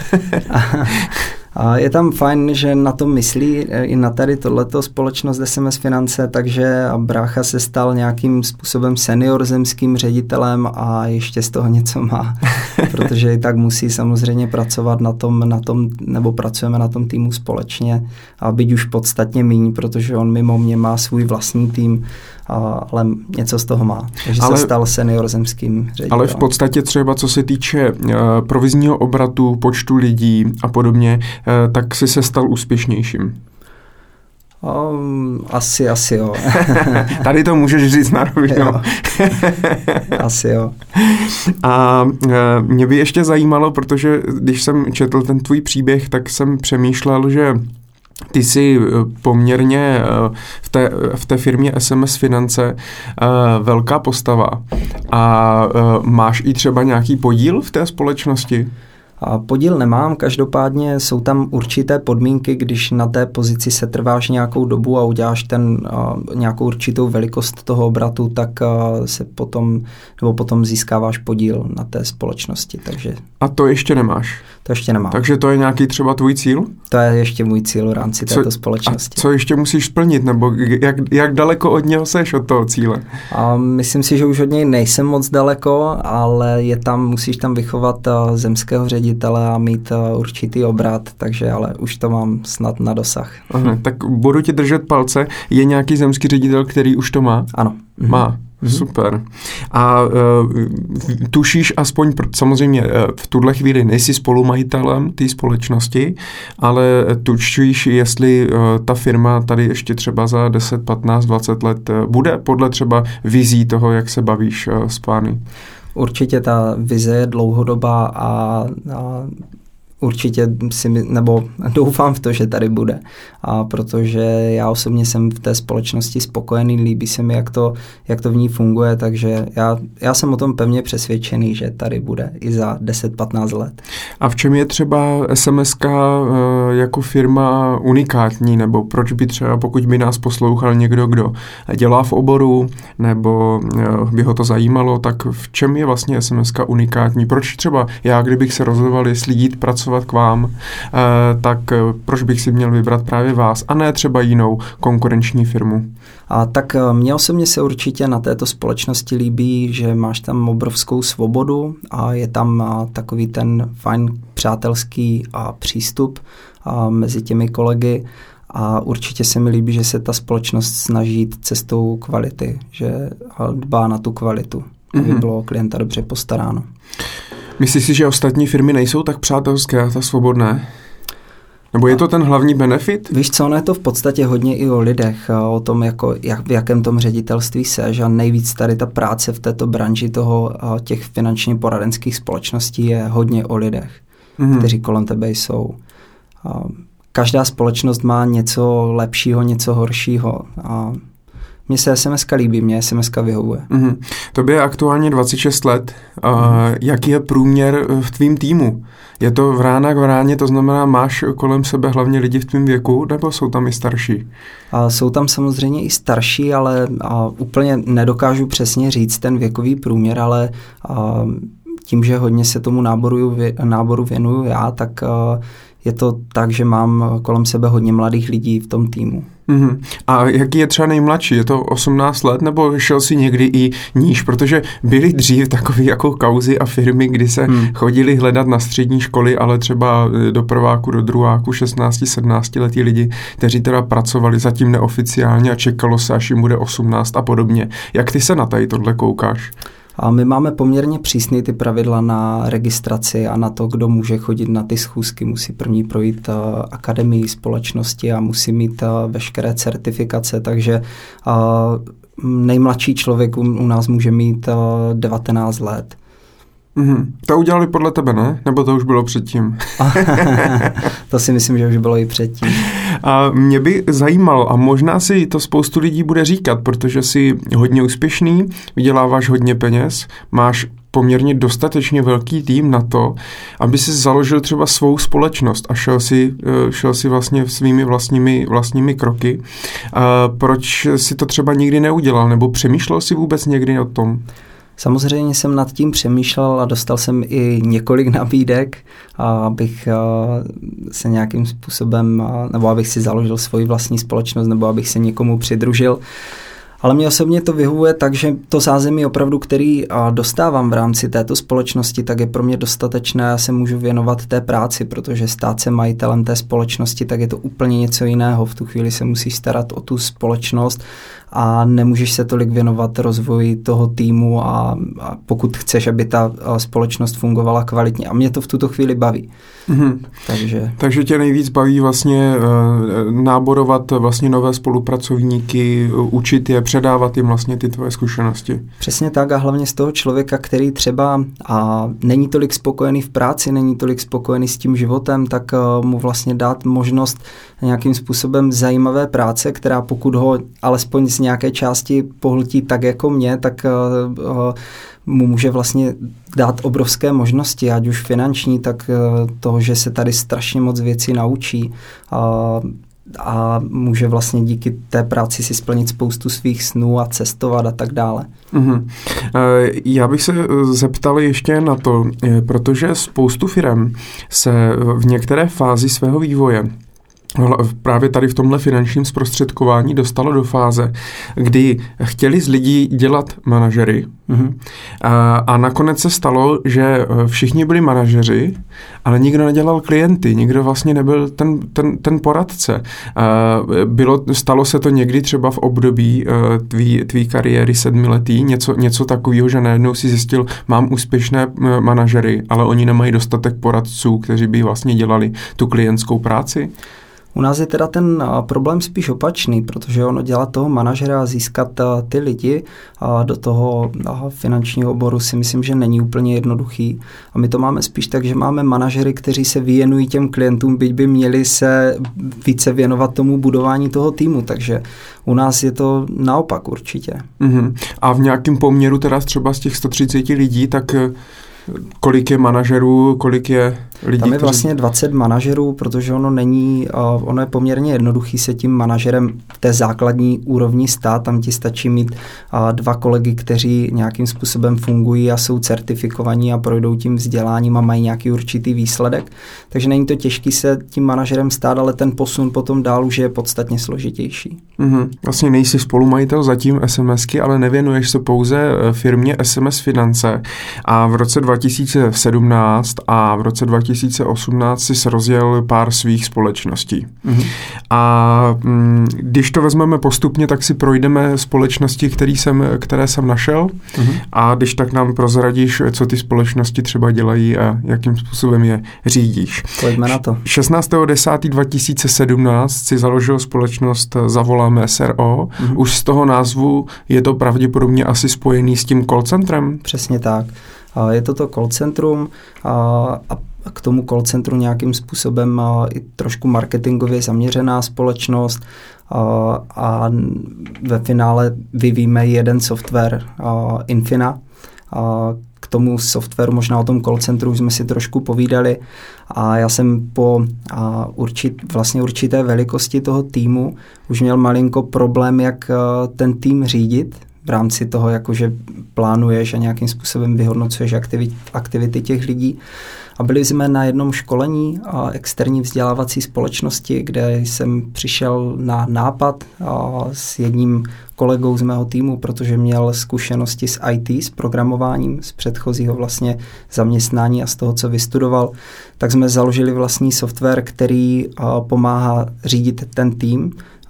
A je tam fajn, že na to myslí i na tady tohleto společnost SMS Finance, takže brácha se stal nějakým způsobem senior zemským ředitelem a ještě z toho něco má, protože i tak musí samozřejmě pracovat na tom, nebo pracujeme na tom týmu společně, a byť už podstatně míň, protože on mimo mě má svůj vlastní tým, ale něco z toho má. Takže se stal senior zemským ředitelem. Ale v podstatě třeba co se týče provizního obratu, počtu lidí a podobně, tak si se stal úspěšnějším. Asi jo. Tady to můžeš říct na rovinu. Asi jo. A mě by ještě zajímalo, protože když jsem četl ten tvůj příběh, tak jsem přemýšlel, že ty jsi poměrně v té firmě SMS Finance velká postava a máš i třeba nějaký podíl v té společnosti? Podíl nemám, každopádně jsou tam určité podmínky, když na té pozici se trváš nějakou dobu a uděláš nějakou určitou velikost toho obratu, tak se potom získáváš podíl na té společnosti. Takže... A to ještě nemáš? To ještě nemám. Takže to je nějaký třeba tvůj cíl? To je ještě můj cíl v rámci této společnosti. A co ještě musíš splnit, nebo jak daleko od něho seš, od toho cíle? Myslím si, že už od něj nejsem moc daleko, ale musíš tam vychovat zemského ředitele a mít určitý obrat, takže ale už to mám snad na dosah. Aha, tak budu ti držet palce. Je nějaký zemský ředitel, který už to má? Ano. Má. Super. A tušíš aspoň, samozřejmě v tuhle chvíli nejsi spolumajitelem té společnosti, ale tušíš, jestli ta firma tady ještě třeba za 10, 15, 20 let bude podle třeba vizí toho, jak se bavíš s pány? Určitě ta vize je dlouhodobá a určitě nebo doufám v to, že tady bude. A protože já osobně jsem v té společnosti spokojený, líbí se mi, jak to v ní funguje, takže já jsem o tom pevně přesvědčený, že tady bude i za 10-15 let. A v čem je třeba SMSK jako firma unikátní, nebo proč by třeba, pokud by nás poslouchal někdo, kdo dělá v oboru, nebo by ho to zajímalo, tak v čem je vlastně SMSK unikátní? Proč třeba já, kdybych se rozhodoval, jestli jít pracovat k vám, tak proč bych si měl vybrat právě vás a ne třeba jinou konkurenční firmu? A tak mně osobně se určitě na této společnosti líbí, že máš tam obrovskou svobodu a je tam takový ten fajn přátelský přístup mezi těmi kolegy a určitě se mi líbí, že se ta společnost snaží jít cestou kvality, že dbá na tu kvalitu, aby bylo o klienta dobře postaráno. Myslíš si, že ostatní firmy nejsou tak přátelské a tak svobodné? Nebo je to ten hlavní benefit? Víš co, ono je to v podstatě hodně i o lidech, o tom, v jakém tom ředitelství seš a nejvíc tady ta práce v této branži těch finančně poradenských společností je hodně o lidech, kteří kolem tebe jsou. Každá společnost má něco lepšího, něco horšího a mně se SMSK líbí, mě SMSK vyhovuje. Tobě je aktuálně 26 let. Jaký je průměr v tvým týmu? Je to vrána k vráně, to znamená, máš kolem sebe hlavně lidi v tvém věku, nebo jsou tam i starší? Jsou tam samozřejmě i starší, ale úplně nedokážu přesně říct ten věkový průměr, ale tím, že hodně se tomu náboru věnuju já, tak je to tak, že mám kolem sebe hodně mladých lidí v tom týmu. A jaký je třeba nejmladší? Je to 18 let, nebo šel si někdy i níž? Protože byly dřív takové jako kauzy a firmy, kdy se chodili hledat na střední školy, ale třeba do prváku, do druháku, 16-17 letí lidi, kteří teda pracovali zatím neoficiálně a čekalo se, až jim bude 18 a podobně. Jak ty se na tady tohle koukáš? A my máme poměrně přísný ty pravidla na registraci a na to, kdo může chodit na ty schůzky. Musí první projít akademii společnosti a musí mít veškeré certifikace, takže nejmladší člověk u nás může mít 19 let. To udělali podle tebe, ne? Nebo to už bylo předtím? To si myslím, že už bylo i předtím. A mě by zajímalo, a možná si to spoustu lidí bude říkat, protože jsi hodně úspěšný, vyděláváš hodně peněz, máš poměrně dostatečně velký tým na to, aby si založil třeba svou společnost a šel si vlastně svými vlastními kroky. Proč si to třeba nikdy neudělal, nebo přemýšlel si vůbec někdy o tom? Samozřejmě jsem nad tím přemýšlel a dostal jsem i několik nabídek, abych se nějakým způsobem, nebo abych si založil svoji vlastní společnost, nebo abych se někomu přidružil. Ale mě osobně to vyhovuje tak, že to zázemí opravdu, který dostávám v rámci této společnosti, tak je pro mě dostatečné, já se můžu věnovat té práci, protože stát se majitelem té společnosti, tak je to úplně něco jiného. V tu chvíli se musíš starat o tu společnost a nemůžeš se tolik věnovat rozvoji toho týmu a pokud chceš, aby ta společnost fungovala kvalitně. A mě to v tuto chvíli baví. Takže tě nejvíc baví vlastně náborovat vlastně nové spolupracovníky, učit je, předávat jim vlastně ty tvoje zkušenosti. Přesně tak a hlavně z toho člověka, který třeba není tolik spokojený v práci, není tolik spokojený s tím životem, tak mu vlastně dát možnost nějakým způsobem zajímavé práce, která pokud ho alespoň z nějaké části pohltí tak jako mě, tak mu může vlastně dát obrovské možnosti, ať už finanční, tak toho, že se tady strašně moc věcí naučí a může vlastně díky té práci si splnit spoustu svých snů a cestovat a tak dále. Já bych se zeptal ještě na to, protože spoustu firem se v některé fázi svého vývoje právě tady v tomhle finančním zprostředkování dostalo do fáze, kdy chtěli z lidí dělat manažery a nakonec se stalo, že všichni byli manažeři, ale nikdo nedělal klienty, nikdo vlastně nebyl ten poradce. Stalo se to někdy třeba v období tvý kariéry 7letý, něco takového, že najednou si zjistil, mám úspěšné manažery, ale oni nemají dostatek poradců, kteří by vlastně dělali tu klientskou práci? U nás je teda ten problém spíš opačný, protože ono dělat toho manažera a získat ty lidi do toho finančního oboru si myslím, že není úplně jednoduchý. A my to máme spíš tak, že máme manažery, kteří se věnují těm klientům, byť by měli se více věnovat tomu budování toho týmu, takže u nás je to naopak určitě. A v nějakém poměru teda třeba z těch 130 lidí, tak kolik je manažerů, kolik je lidí? Tam je vlastně 20 manažerů, protože ono je poměrně jednoduchý se tím manažerem v té základní úrovni stát. Tam ti stačí mít 2 kolegy, kteří nějakým způsobem fungují a jsou certifikovaní a projdou tím vzděláním a mají nějaký určitý výsledek. Takže není to těžký se tím manažerem stát, ale ten posun potom dál už je podstatně složitější. Vlastně nejsi spolumajitel zatím SMSky, ale nevěnuješ se pouze firmě SMS Finance. A v roce 2017 a v roce 2018 si rozjel pár svých společností. A když to vezmeme postupně, tak si projdeme společnosti, které jsem našel a když tak nám prozradíš, co ty společnosti třeba dělají a jakým způsobem je řídíš. Pojďme na to. 16.10.2017 si založil společnost Zavoláme SRO. Už z toho názvu je to pravděpodobně asi spojený s tím call centrem? Přesně tak. Je to call centrum a k tomu call centru nějakým způsobem i trošku marketingově zaměřená společnost a ve finále vyvíjíme jeden software Infina. K tomu softwaru, možná o tom call centru jsme si trošku povídali a já jsem po určité velikosti toho týmu už měl malinko problém, jak ten tým řídit v rámci toho, jakože plánuješ a nějakým způsobem vyhodnocuješ aktivity těch lidí. A byli jsme na jednom školení externí vzdělávací společnosti, kde jsem přišel na nápad s jedním kolegou z mého týmu, protože měl zkušenosti s IT, s programováním, z předchozího vlastně zaměstnání a z toho, co vystudoval, tak jsme založili vlastní software, který pomáhá řídit ten tým.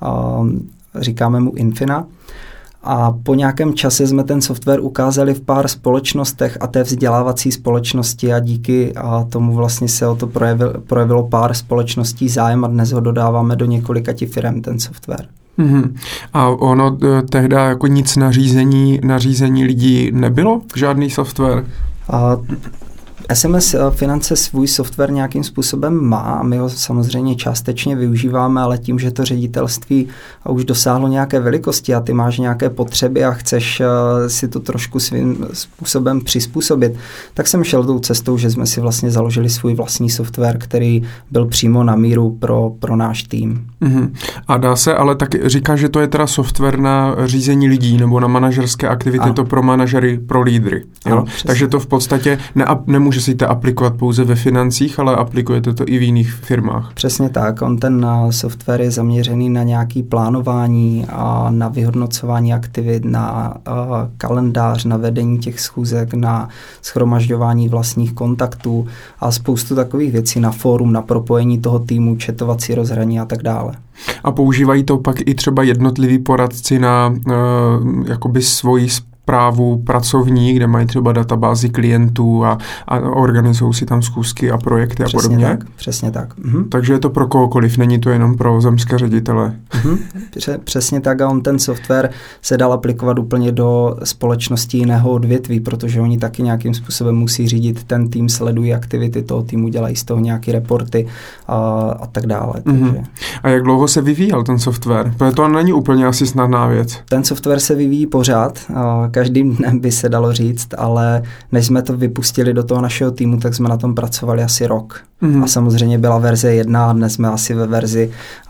Říkáme mu Infina. A po nějakém čase jsme ten software ukázali v pár společnostech a té vzdělávací společnosti a díky tomu vlastně se o to projevilo pár společností zájem a dnes ho dodáváme do několika firem ten software. A ono tehdy jako nic nařízení lidí nebylo? Žádný software? SMS Finance svůj software nějakým způsobem má a my ho samozřejmě částečně využíváme, ale tím, že to ředitelství už dosáhlo nějaké velikosti a ty máš nějaké potřeby a chceš si to trošku svým způsobem přizpůsobit, tak jsem šel tou cestou, že jsme si vlastně založili svůj vlastní software, který byl přímo na míru pro náš tým. A dá se, ale tak říkáš, že to je teda software na řízení lidí nebo na manažerské aktivity, to pro manažery, pro lídry. Jo? Takže to v podstatě nemůže si to aplikovat pouze ve financích, ale aplikujete to i v jiných firmách. Přesně tak. Ten software je zaměřený na nějaké plánování a na vyhodnocování aktivit, na kalendář, na vedení těch schůzek, na shromažďování vlastních kontaktů a spoustu takových věcí, na fórum, na propojení toho týmu, chatovací rozhraní a tak dále. A používají to pak i třeba jednotliví poradci na jakoby svoji správu pracovní, kde mají třeba databázi klientů a organizují si tam schůzky a projekty a podobně? Přesně tak. Takže je to pro kohokoliv, není to jenom pro zemské ředitele. Přesně tak a ten software se dal aplikovat úplně do společností jiného odvětví, protože oni taky nějakým způsobem musí řídit ten tým, sledují aktivity toho týmu, dělají z toho nějaké reporty a tak dále. Takže. A jak dlouho se vyvíjel ten software? Protože to není úplně asi snadná věc. Ten software se vyvíjí pořád, každým dnem by se dalo říct, ale než jsme to vypustili do toho našeho týmu, tak jsme na tom pracovali asi rok. A samozřejmě byla verze 1 a dnes jsme asi ve verzi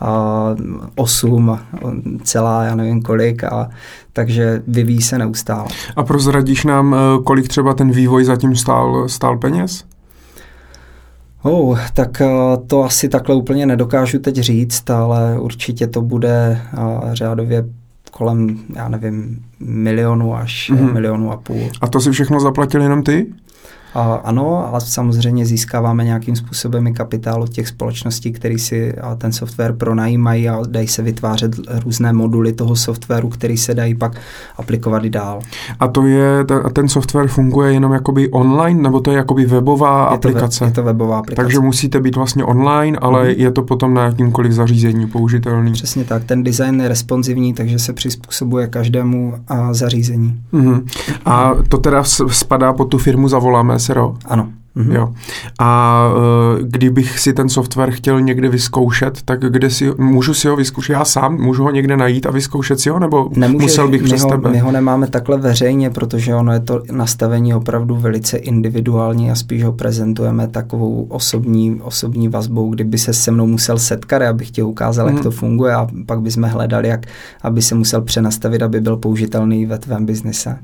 8, celá, já nevím kolik, takže vyvíjí se neustále. A prozradíš nám, kolik třeba ten vývoj zatím stál peněz? Tak to asi takhle úplně nedokážu teď říct, ale určitě to bude řádově kolem, já nevím, 1 milionu až 1,5 milionu. A to si všechno zaplatil jenom ty? Ano, a samozřejmě získáváme nějakým způsobem i kapitál od těch společností, které si ten software pronajímají a dají se vytvářet různé moduly toho softwaru, který se dají pak aplikovat i dál. A ten software funguje jenom jakoby online, nebo to je jakoby webová aplikace? Je to webová aplikace. Takže musíte být vlastně online, ale je to potom na jakýmkoliv zařízení použitelný. Přesně tak, ten design je responsivní, takže se přizpůsobuje každému zařízení. A to teda spadá pod tu firmu Zavoláme SRO? Ano. Jo. A kdybych si ten software chtěl někde vyzkoušet, tak můžu si ho vyzkoušet já sám? Můžu ho někde najít a vyzkoušet si ho? Nebo musel bych přes tebe? My ho nemáme takhle veřejně, protože ono je to nastavení opravdu velice individuální a spíš ho prezentujeme takovou osobní vazbou, kdyby se se mnou musel setkat, abych ti ukázal, jak to funguje a pak bychom hledali, jak aby se musel přenastavit, aby byl použitelný ve tvém biznise.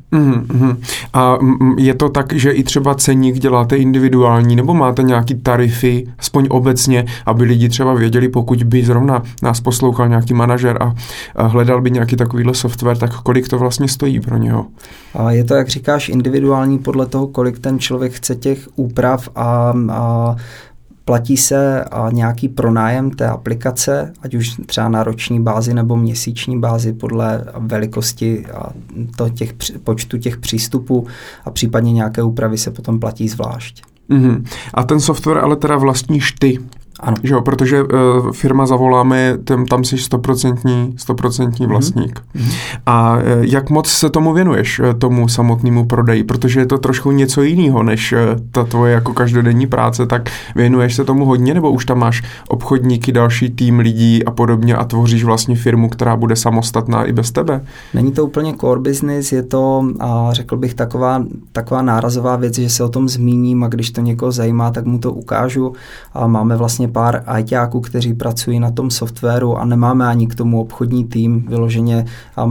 A je to tak, že i třeba ceník děláte individuální, nebo máte nějaký tarify, aspoň obecně, aby lidi třeba věděli, pokud by zrovna nás poslouchal nějaký manažer a hledal by nějaký takovýhle software, tak kolik to vlastně stojí pro něho? Je to, jak říkáš, individuální podle toho, kolik ten člověk chce těch úprav a platí se nějaký pronájem té aplikace, ať už třeba na roční bázi nebo měsíční bázi podle velikosti počtu těch přístupů a případně nějaké úpravy se potom platí zvlášť. A ten software ale teda vlastníš ty? Ano. Že jo, protože firma Zavoláme, tam jsi 100% vlastník. A jak moc se tomu věnuješ, tomu samotnému prodeji? Protože je to trošku něco jiného, než ta tvoje jako každodenní práce, tak věnuješ se tomu hodně, nebo už tam máš obchodníky, další tým lidí a podobně a tvoříš vlastně firmu, která bude samostatná i bez tebe? Není to úplně core business, je to, řekl bych, taková nárazová věc, že se o tom zmíním a když to někoho zajímá, tak mu to ukážu. A máme vlastně pár ajťáků, kteří pracují na tom softwaru a nemáme ani k tomu obchodní tým, vyloženě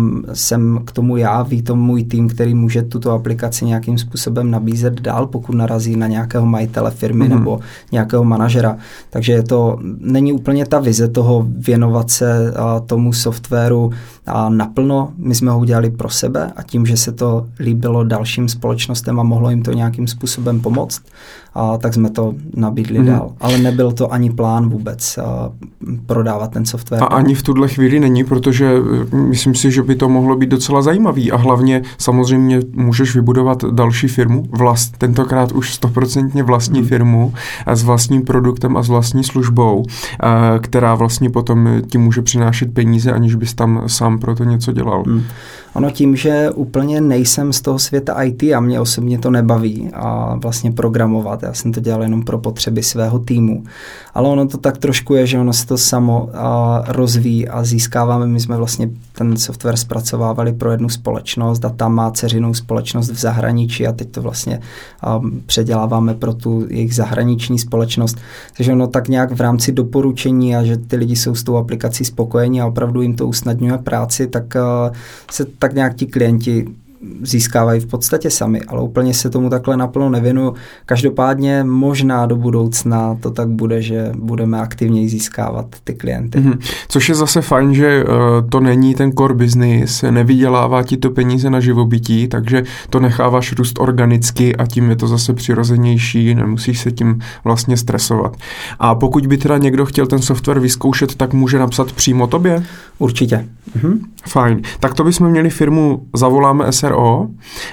jsem k tomu ví to můj tým, který může tuto aplikaci nějakým způsobem nabízet dál, pokud narazí na nějakého majitele firmy nebo nějakého manažera. Takže není úplně ta vize toho věnovat se tomu softwaru naplno. My jsme ho udělali pro sebe a tím, že se to líbilo dalším společnostem a mohlo jim to nějakým způsobem pomoct, tak jsme to nabídli dál. Ale nebyl to ani plán vůbec prodávat ten software. A ani v tuhle chvíli není, protože myslím si, že by to mohlo být docela zajímavý a hlavně samozřejmě můžeš vybudovat další firmu, tentokrát už 100% vlastní firmu s vlastním produktem a s vlastní službou, která vlastně potom ti může přinášet peníze, aniž bys tam sám pro to něco dělal. Ono tím, že úplně nejsem z toho světa IT a mě osobně to nebaví a vlastně programovat. Já jsem to dělal jenom pro potřeby svého týmu. Ale ono to tak trošku je, že ono se to samo rozvíjí a získáváme. My jsme vlastně ten software zpracovávali pro jednu společnost a ta má dceřinou společnost v zahraničí a teď to vlastně předěláváme pro tu jejich zahraniční společnost. Takže ono tak nějak v rámci doporučení a že ty lidi jsou s tou aplikací spokojení a opravdu jim to usnadňuje práci, tak se tak nějak ti klienti získávají v podstatě sami, ale úplně se tomu takhle naplno nevěnuju. Každopádně možná do budoucna to tak bude, že budeme aktivněji získávat ty klienty. Což je zase fajn, že to není ten core business, nevydělává ti to peníze na živobytí, takže to necháváš růst organicky a tím je to zase přirozenější, nemusíš se tím vlastně stresovat. A pokud by teda někdo chtěl ten software vyzkoušet, tak může napsat přímo tobě? Určitě. Fajn. Tak to bychom měli firmu Zavoláme SRO.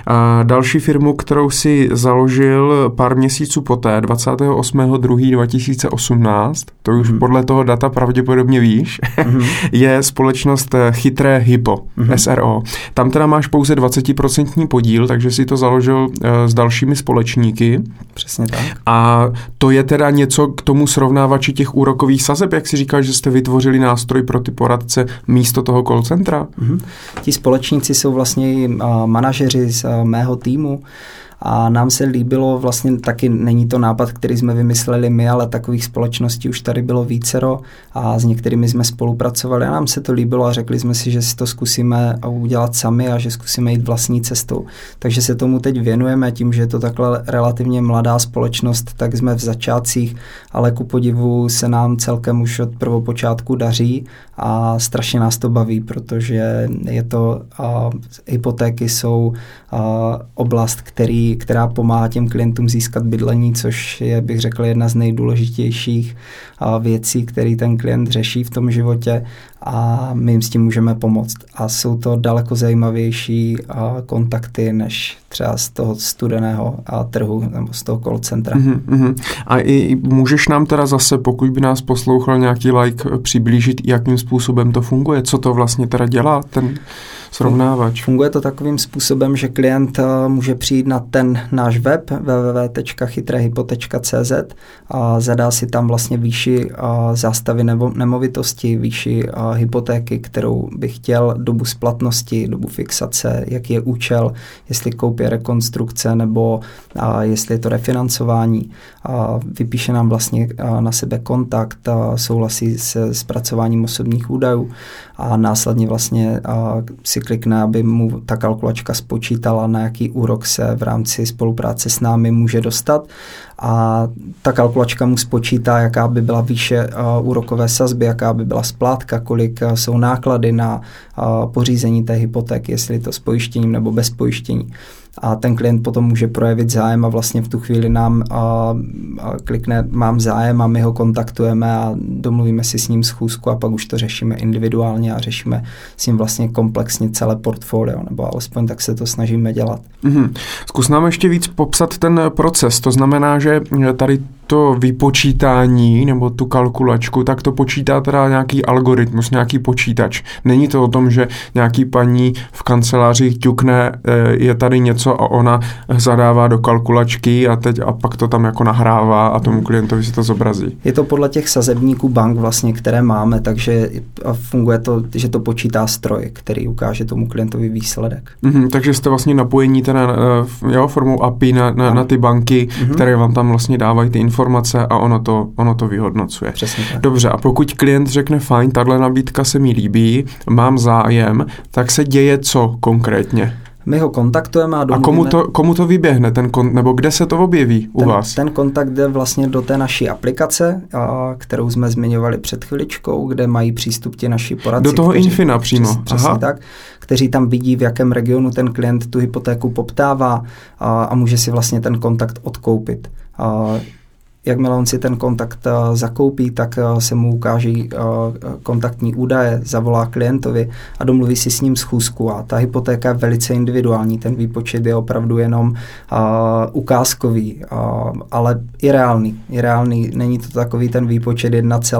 Další firmu, kterou si založil pár měsíců poté, 28.2.2018, to už podle toho data pravděpodobně víš, je společnost Chytré Hypo, SRO. Tam teda máš pouze 20% podíl, takže si to založil s dalšími společníky. Přesně tak. A to je teda něco k tomu srovnávači těch úrokových sazeb, jak si říkáš, že jste vytvořili nástroj pro ty poradce místo toho call centra? Ti společníci jsou vlastně manažeři z mého týmu A nám se líbilo, vlastně taky není to nápad, který jsme vymysleli my, ale takových společností už tady bylo vícero a s některými jsme spolupracovali a nám se to líbilo a řekli jsme si, že si to zkusíme udělat sami a že zkusíme jít vlastní cestou. Takže se tomu teď věnujeme tím, že je to takhle relativně mladá společnost, tak jsme v začátcích, ale ku podivu se nám celkem už od prvopočátku daří a strašně nás to baví, protože je to, hypotéky jsou oblast, která pomáhá těm klientům získat bydlení, což je, bych řekl, jedna z nejdůležitějších věcí, které ten klient řeší v tom životě a my jim s tím můžeme pomoct. A jsou to daleko zajímavější kontakty než třeba z toho studeného trhu nebo z toho call centra. A i můžeš nám teda zase, pokud by nás poslouchal nějaký přiblížit, jakým způsobem to funguje? Co to vlastně teda dělá ten srovnávač? Funguje to takovým způsobem, že klient může přijít na ten náš web www.chytrehypo.cz a zadá si tam vlastně výši zástavy nebo nemovitosti, výši hypotéky, kterou by chtěl, dobu splatnosti, dobu fixace, jaký je účel, jestli koupě rekonstrukce nebo jestli je to refinancování. Vypíše nám vlastně na sebe kontakt, souhlasí se zpracováním osobních údajů a následně vlastně si klikne, aby mu ta kalkulačka spočítala, na jaký úrok se v rámci spolupráce s námi může dostat a ta kalkulačka mu spočítá, jaká by byla výše úrokové sazby, jaká by byla splátka, kolik jsou náklady na pořízení té hypotéky, jestli je to s pojištěním nebo bez pojištění. A ten klient potom může projevit zájem a vlastně v tu chvíli nám klikne mám zájem a my ho kontaktujeme a domluvíme si s ním schůzku a pak už to řešíme individuálně a řešíme s ním vlastně komplexně celé portfolio, nebo alespoň tak se to snažíme dělat. Zkus nám ještě víc popsat ten proces, to znamená, že tady to vypočítání nebo tu kalkulačku, tak to počítá teda nějaký algoritmus, nějaký počítač. Není to o tom, že nějaký paní v kanceláři ťukne, je tady něco a ona zadává do kalkulačky a pak to tam jako nahrává a tomu klientovi se to zobrazí. Je to podle těch sazebníků bank vlastně, které máme, takže funguje to, že to počítá stroj, který ukáže tomu klientovi výsledek. Takže jste vlastně napojení teda formou API na ty banky, které vám tam vlastně dávají ty informace a ono to vyhodnocuje. Přesně tak. Dobře, a pokud klient řekne fajn, tahle nabídka se mi líbí, mám zájem, tak se děje co konkrétně? My ho kontaktujeme a domluvíme. A komu to vyběhne, nebo kde se to objeví u vás? Ten kontakt jde vlastně do té naší aplikace, kterou jsme zmiňovali před chviličkou, kde mají přístup ti naši poradci. Do toho Infina přímo. Přesně tak, kteří tam vidí, v jakém regionu ten klient tu hypotéku poptává a může si vlastně ten kontakt odkoupit. Jakmile on si ten kontakt zakoupí, tak se mu ukáží kontaktní údaje, zavolá klientovi a domluví si s ním schůzku. A ta hypotéka je velice individuální, ten výpočet je opravdu jenom ukázkový, ale i reálný. Není to takový ten výpočet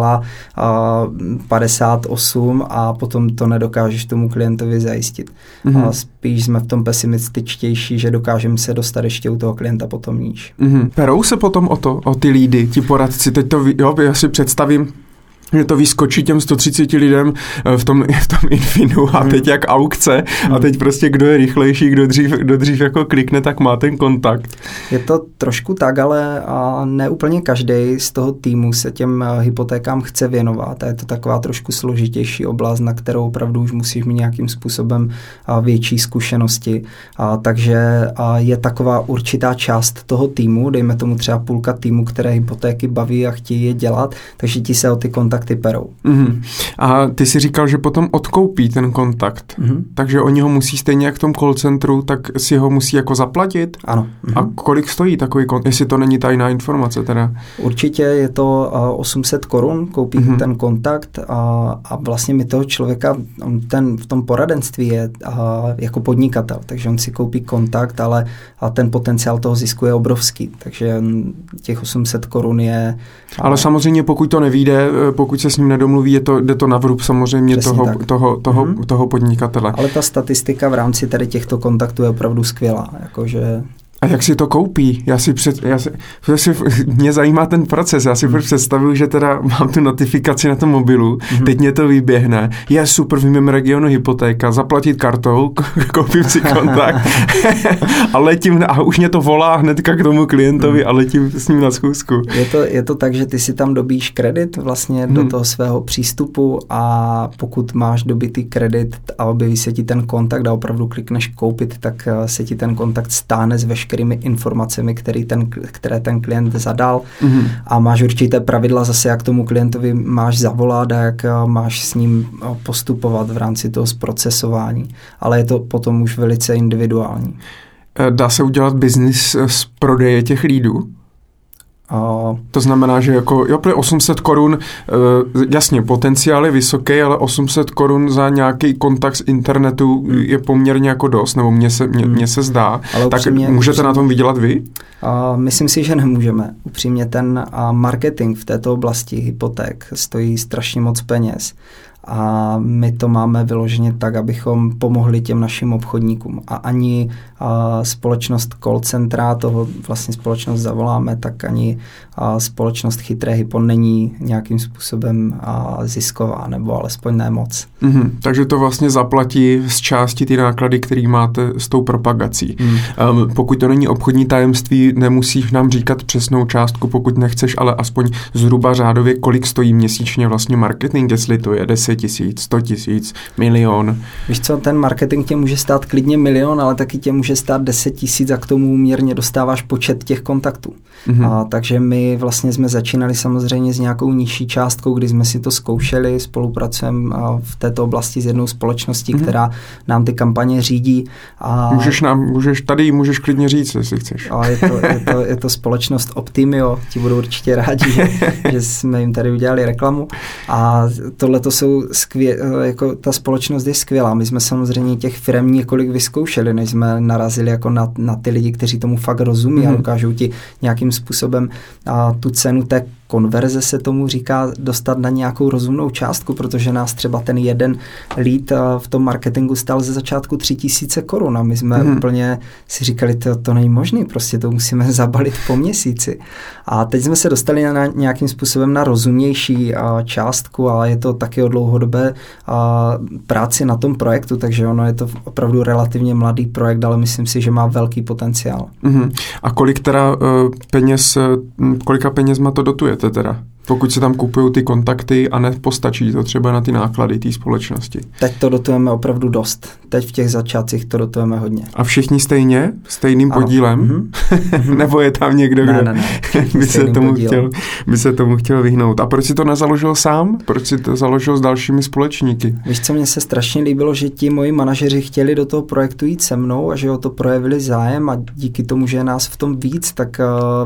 1,58 a potom to nedokážeš tomu klientovi zajistit. Spíš jsme v tom pesimističtější, že dokážeme se dostat ještě u toho klienta potom níž. Perou se potom o ty lídy, ti poradci, teď to, já si představím, že to vyskočí těm 130 lidem v tom Infinu a teď jak aukce a teď prostě kdo je rychlejší, kdo dřív jako klikne, tak má ten kontakt. Je to trošku tak, ale ne úplně každý z toho týmu se těm hypotékám chce věnovat a je to taková trošku složitější oblast, na kterou opravdu už musíš mít nějakým způsobem větší zkušenosti, takže je taková určitá část toho týmu, dejme tomu třeba půlka týmu, které hypotéky baví a chtějí je dělat, takže ti se o ty kontakty perou. A ty si říkal, že potom odkoupí ten kontakt, takže oni ho musí stejně jak v tom call centru, tak si ho musí jako zaplatit? Ano. A kolik stojí takový kontakt, jestli to není tajná informace teda? Určitě je to 800 korun, koupí ten kontakt a vlastně mi toho člověka, ten v tom poradenství je jako podnikatel, takže on si koupí kontakt, ale ten potenciál toho zisku je obrovský, takže těch 800 korun je... Ale samozřejmě pokud to nevyjde, pokud se s ním nedomluví, jde to na vrub samozřejmě toho podnikatele. Ale ta statistika v rámci tady těchto kontaktů je opravdu skvělá, jakože... A jak si to koupí? Mě zajímá ten proces. Já si představuju, že teda mám tu notifikaci na tom mobilu, teď mě to vyběhne. Je super, v mém regionu hypotéka, zaplatit kartou, koupím si kontakt a letím, a už mě to volá hnedka k tomu klientovi a letím s ním na schůzku. Je to tak, že ty si tam dobíš kredit vlastně do toho svého přístupu a pokud máš dobitý kredit a objeví se ti ten kontakt a opravdu klikneš koupit, tak se ti ten kontakt stáhne s veškerými informacemi, které ten klient zadal a máš určité pravidla zase, jak tomu klientovi máš zavolat a jak máš s ním postupovat v rámci toho zprocesování. Ale je to potom už velice individuální. Dá se udělat biznis z prodeje těch lídů? To znamená, že jako, jo, 800 korun, jasně, potenciál je vysoký, ale 800 korun za nějaký kontakt z internetu je poměrně jako dost, nebo mně se zdá. Ale tak můžete na tom vydělat vy? Myslím si, že nemůžeme. Upřímně ten marketing v této oblasti hypoték stojí strašně moc peněz. A my to máme vyloženě tak, abychom pomohli těm našim obchodníkům. A ani společnost call centra, toho vlastně společnost zavoláme, tak ani společnost Chytré hypo není nějakým způsobem zisková, nebo alespoň ne moc. Takže to vlastně zaplatí z části ty náklady, které máte s tou propagací. Pokud to není obchodní tajemství, nemusíš nám říkat přesnou částku, pokud nechceš, ale aspoň zhruba řádově, kolik stojí měsíčně vlastně marketing, jestli to je 10 000, 100 000, 1 000 000. Víš co, ten marketing tě může stát klidně 1 000 000, ale taky tě může stát 10 000 a k tomu úměrně dostáváš počet těch kontaktů. Takže my vlastně jsme začínali samozřejmě s nějakou nižší částkou, kdy jsme si to zkoušeli, spolupracujeme v této oblasti s jednou společností, která nám ty kampaně řídí. Můžeš klidně říct, jestli chceš. Je to společnost Optimio, ti budou určitě rádi, že jsme jim tady udělali reklamu. A tohle to jsou jako ta společnost je skvělá. My jsme samozřejmě těch firem několik vyzkoušeli, než jsme narazili jako na ty lidi, kteří tomu fakt rozumí a dokážou ti nějakým způsobem tu cenu té konverze, se tomu říká, dostat na nějakou rozumnou částku, protože nás třeba ten jeden lead v tom marketingu stál ze začátku 3 000 korun a my jsme úplně si říkali, to není možné, prostě to musíme zabalit po měsíci. A teď jsme se dostali na nějakým způsobem na rozumnější částku, ale je to taky o dlouhodobé práci na tom projektu, takže ono je to opravdu relativně mladý projekt, ale myslím si, že má velký potenciál. A kolik teda kolika peněz má to dotuje? Teda, pokud se tam kupují ty kontakty a nepostačí to třeba na ty náklady té společnosti. Teď to dotujeme opravdu dost. Teď v těch začátcích to dotujeme hodně. A všichni stejným podílem? Nebo je tam někdo, kdo by se tomu chtěl vyhnout? A proč si to nezaložil sám? Proč si to založil s dalšími společníky? Víš, co mně se strašně líbilo, že ti moji manažeři chtěli do toho projektu jít se mnou a že o to projevili zájem a díky tomu, že je nás v tom víc, tak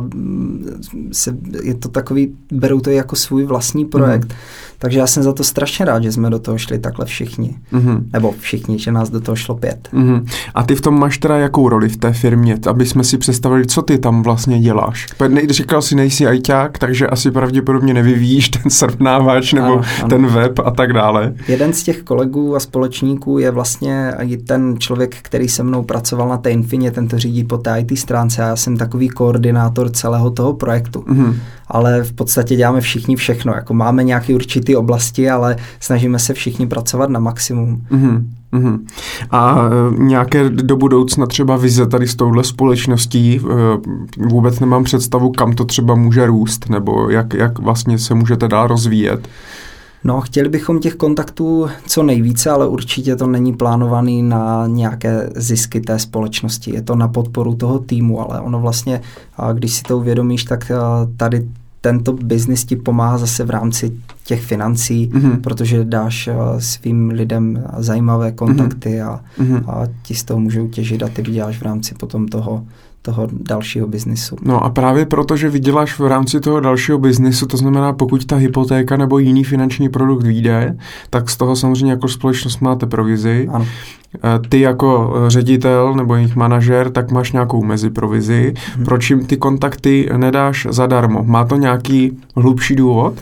je to takový, berou to jako svůj vlastní projekt. Takže já jsem za to strašně rád, že jsme do toho šli takhle všichni. Nebo všichni, že nás do toho šlo 5. A ty v tom máš teda jakou roli v té firmě, aby jsme si představili, co ty tam vlastně děláš? Říkal si, nejsi ajťák, takže asi pravděpodobně nevyvíjíš ten srovnávač nebo ten web a tak dále. Jeden z těch kolegů a společníků je vlastně ten člověk, který se mnou pracoval na té Infině, ten to řídí po té IT stránce a já jsem takový koordinátor celého toho projektu. Ale v podstatě děláme všichni všechno. Jako máme nějaké určité oblasti, ale snažíme se všichni pracovat na maximum. A nějaké do budoucna třeba vize tady s touhle společností? Vůbec nemám představu, kam to třeba může růst, nebo jak vlastně se můžete dál rozvíjet. No, chtěli bychom těch kontaktů co nejvíce, ale určitě to není plánovaný na nějaké zisky té společnosti. Je to na podporu toho týmu, ale ono vlastně, když si to uvědomíš, tak tady tento biznis ti pomáhá zase v rámci těch financí, protože dáš svým lidem zajímavé kontakty a ti z toho můžou těžit a ty vyděláš v rámci potom toho dalšího biznisu. No a právě proto, že vyděláš v rámci toho dalšího biznisu, to znamená, pokud ta hypotéka nebo jiný finanční produkt vyjde, tak z toho samozřejmě jako společnost máte provizi. Ano. Ty jako ředitel nebo jejich manažer, tak máš nějakou meziprovizi. Proč jim ty kontakty nedáš zadarmo? Má to nějaký hlubší důvod?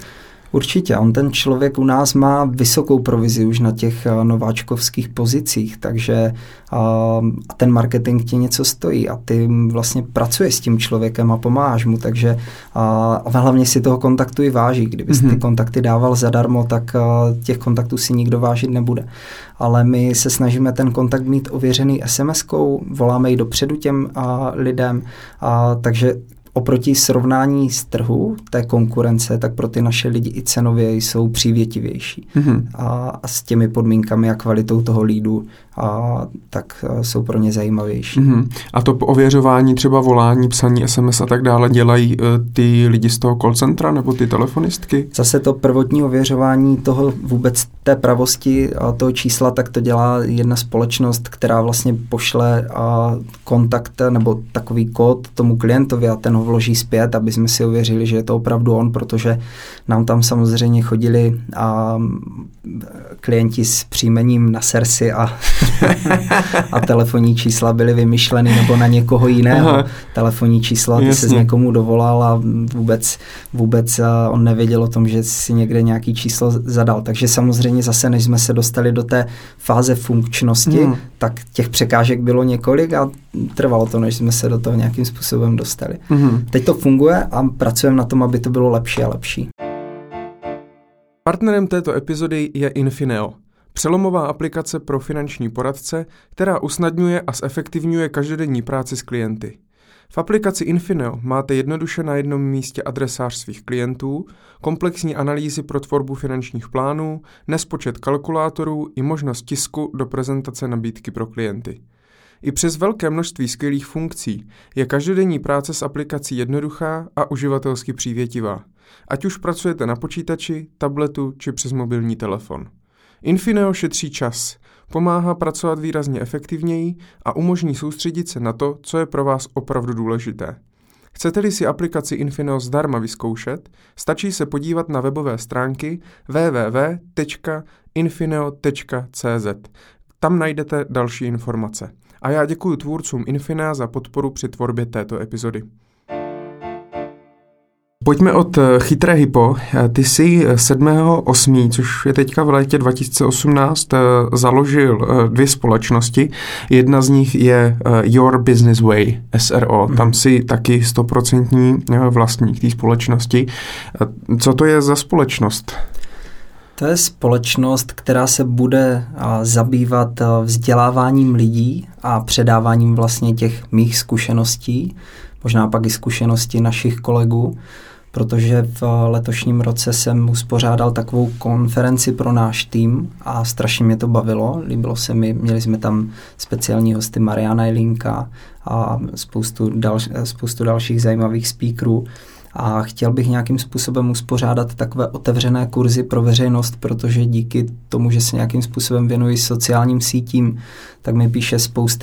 Určitě, on ten člověk u nás má vysokou provizi už na těch nováčkovských pozicích, takže ten marketing ti něco stojí a ty vlastně pracuješ s tím člověkem a pomáháš mu, takže a hlavně si toho kontaktu i váží. Kdybys ty kontakty dával zadarmo, tak těch kontaktů si nikdo vážit nebude. Ale my se snažíme ten kontakt mít ověřený SMS-kou, voláme ji dopředu těm lidem, takže oproti srovnání z trhu, té konkurence, tak pro ty naše lidi i cenově jsou přívětivější. A s těmi podmínkami a kvalitou toho leadu, tak jsou pro ně zajímavější. A to ověřování, třeba volání, psaní SMS a tak dále, dělají ty lidi z toho call centra nebo ty telefonistky? Zase to prvotní ověřování toho vůbec té pravosti a toho čísla, tak to dělá jedna společnost, která vlastně pošle kontakt nebo takový kód tomu klientovi a ten ho vloží zpět, aby jsme si ověřili, že je to opravdu on, protože nám tam samozřejmě chodili klienti s příjmením na Cersei a telefonní čísla byly vymyšleny nebo na někoho jiného telefonní čísla, ty se někomu dovolal a vůbec on nevěděl o tom, že si někde nějaký číslo zadal. Takže samozřejmě zase, než jsme se dostali do té fáze funkčnosti, tak těch překážek bylo několik a trvalo to, než jsme se do toho nějakým způsobem dostali. Teď to funguje a pracujeme na tom, aby to bylo lepší a lepší. Partnerem této epizody je Infineo, přelomová aplikace pro finanční poradce, která usnadňuje a zefektivňuje každodenní práci s klienty. V aplikaci Infineo máte jednoduše na jednom místě adresář svých klientů, komplexní analýzy pro tvorbu finančních plánů, nespočet kalkulátorů i možnost tisku do prezentace nabídky pro klienty. I přes velké množství skvělých funkcí je každodenní práce s aplikací jednoduchá a uživatelsky přívětivá, ať už pracujete na počítači, tabletu či přes mobilní telefon. Infineo šetří čas, pomáhá pracovat výrazně efektivněji a umožní soustředit se na to, co je pro vás opravdu důležité. Chcete-li si aplikaci Infineo zdarma vyzkoušet, stačí se podívat na webové stránky www.infineo.cz. Tam najdete další informace. A já děkuji tvůrcům Infinea za podporu při tvorbě této epizody. Pojďme od Chytré hypo. Ty jsi 7.8., což je teďka v létě 2018, založil 2 společnosti. Jedna z nich je Your Business Way, SRO. Tam si taky 100% vlastník té společnosti. Co to je za společnost? To je společnost, která se bude zabývat vzděláváním lidí a předáváním vlastně těch mých zkušeností, možná pak i zkušenosti našich kolegů, protože v letošním roce jsem uspořádal takovou konferenci pro náš tým a strašně mě to bavilo, líbilo se mi, měli jsme tam speciální hosty Mariana Jelinka a spoustu dalších zajímavých speakerů. A chtěl bych nějakým způsobem uspořádat takové otevřené kurzy pro veřejnost, protože díky tomu, že se nějakým způsobem věnuji sociálním sítím, tak mi píše spousty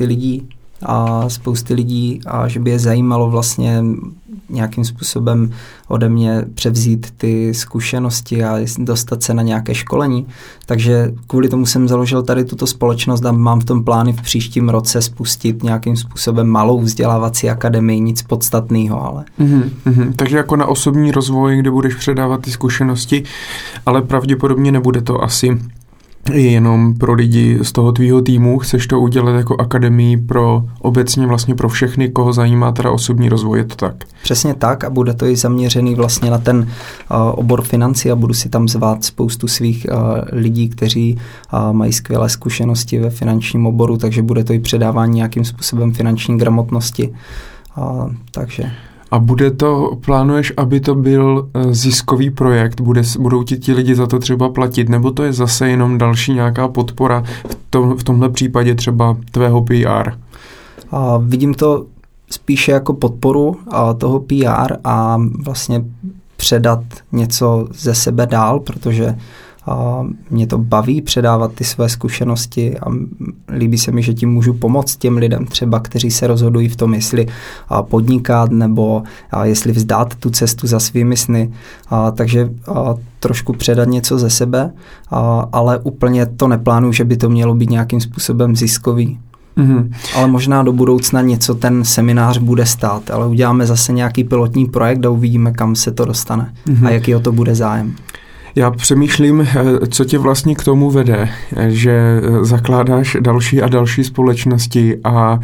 lidí a že by je zajímalo vlastně nějakým způsobem ode mě převzít ty zkušenosti a dostat se na nějaké školení. Takže kvůli tomu jsem založil tady tuto společnost a mám v tom plány v příštím roce spustit nějakým způsobem malou vzdělávací akademii, nic podstatného, ale... Takže jako na osobní rozvoj, kde budeš předávat ty zkušenosti, ale pravděpodobně nebude to asi jenom pro lidi z toho tvýho týmu, chceš to udělat jako akademii pro obecně vlastně pro všechny, koho zajímá teda osobní rozvoj, je to tak? Přesně tak a bude to i zaměřený vlastně na ten obor financí a budu si tam zvát spoustu svých lidí, kteří mají skvělé zkušenosti ve finančním oboru, takže bude to i předávání nějakým způsobem finanční gramotnosti, takže... A plánuješ, aby to byl ziskový projekt? Budou ti lidi za to třeba platit? Nebo to je zase jenom další nějaká podpora v tomhle případě třeba tvého PR? Vidím to spíše jako podporu toho PR a vlastně předat něco ze sebe dál, protože mě to baví předávat ty své zkušenosti a líbí se mi, že tím můžu pomoct těm lidem třeba, kteří se rozhodují v tom, jestli podnikat nebo jestli vzdát tu cestu za svými sny. Takže trošku předat něco ze sebe, ale úplně to neplánuju, že by to mělo být nějakým způsobem ziskový. Ale možná do budoucna něco ten seminář bude stát, ale uděláme zase nějaký pilotní projekt a uvidíme, kam se to dostane a jaký o to bude zájem. Já přemýšlím, co tě vlastně k tomu vede, že zakládáš další a další společnosti a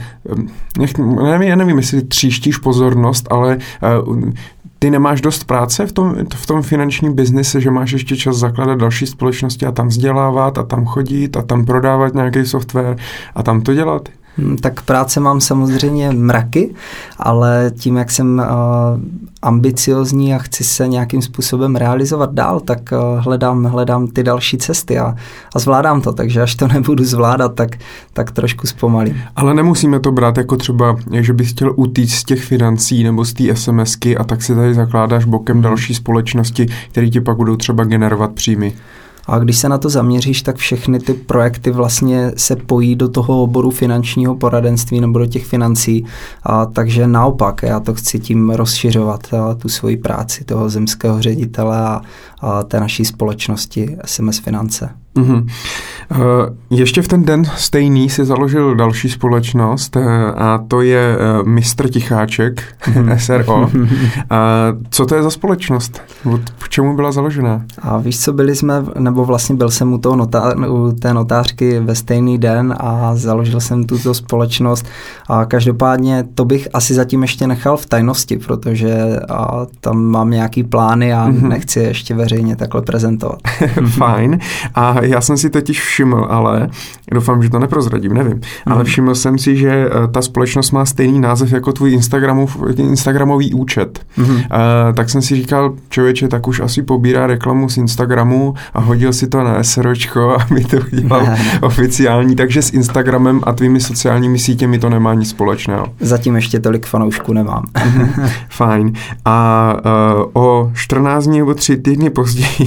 já nevím, jestli tříštíš pozornost, ale ty nemáš dost práce v tom finančním biznise, že máš ještě čas zakládat další společnosti a tam vzdělávat a tam chodit a tam prodávat nějaký software a tam to dělat? Tak práce mám samozřejmě mraky, ale tím, jak jsem ambiciozní a chci se nějakým způsobem realizovat dál, tak hledám ty další cesty a zvládám to, takže až to nebudu zvládat, tak trošku zpomalím. Ale nemusíme to brát jako třeba, že bys chtěl utíct z těch financí nebo z té SMSky a tak si tady zakládáš bokem další společnosti, které ti pak budou třeba generovat příjmy. A když se na to zaměříš, tak všechny ty projekty vlastně se pojí do toho oboru finančního poradenství nebo do těch financí. Takže naopak, já to chci tím rozšiřovat, tu svoji práci toho zemského ředitele a té naší společnosti SMS Finance. Mm-hmm. Ještě v ten den stejný si založil další společnost a to je Mistr Ticháček, SRO. Co to je za společnost? K čemu byla založena? A víš co, byl jsem u té notářky ve stejný den a založil jsem tuto společnost a každopádně to bych asi zatím ještě nechal v tajnosti, protože tam mám nějaký plány a nechci ještě veřejně takhle prezentovat. Fajn. A já jsem si totiž všiml, ale doufám, že to neprozradím, nevím, ale všiml jsem si, že ta společnost má stejný název jako tvůj Instagramový účet. Tak jsem si říkal, člověče, tak už asi pobírá reklamu z Instagramu a hodil si to na SROčko, aby to udělal oficiální, takže s Instagramem a tvými sociálními sítěmi to nemá nic společného. Zatím ještě tolik fanoušků nemám. Fajn. A o 14 dní nebo 3 týdny později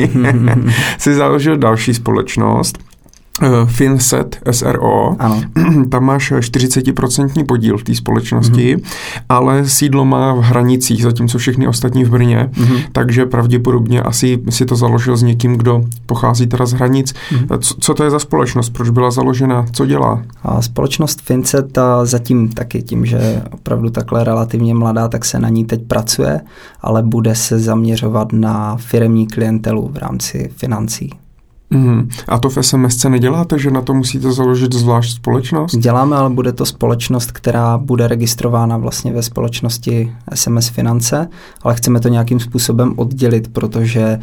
si založil další společnost, Finset SRO. Ano. Tam máš 40% podíl v té společnosti, ale sídlo má v Hranicích, zatímco všechny ostatní v Brně, takže pravděpodobně asi si to založil s někým, kdo pochází teda z Hranic. Co to je za společnost? Proč byla založena? Co dělá? A společnost Finset zatím taky tím, že je opravdu takhle relativně mladá, tak se na ní teď pracuje, ale bude se zaměřovat na firemní klientelu v rámci financí. A to v SMSce neděláte, že na to musíte založit zvlášť společnost? Děláme, ale bude to společnost, která bude registrována vlastně ve společnosti SMS Finance, ale chceme to nějakým způsobem oddělit, protože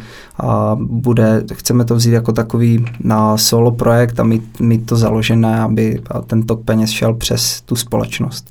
chceme to vzít jako takový solo projekt a mít to založené, aby ten tok peněz šel přes tu společnost.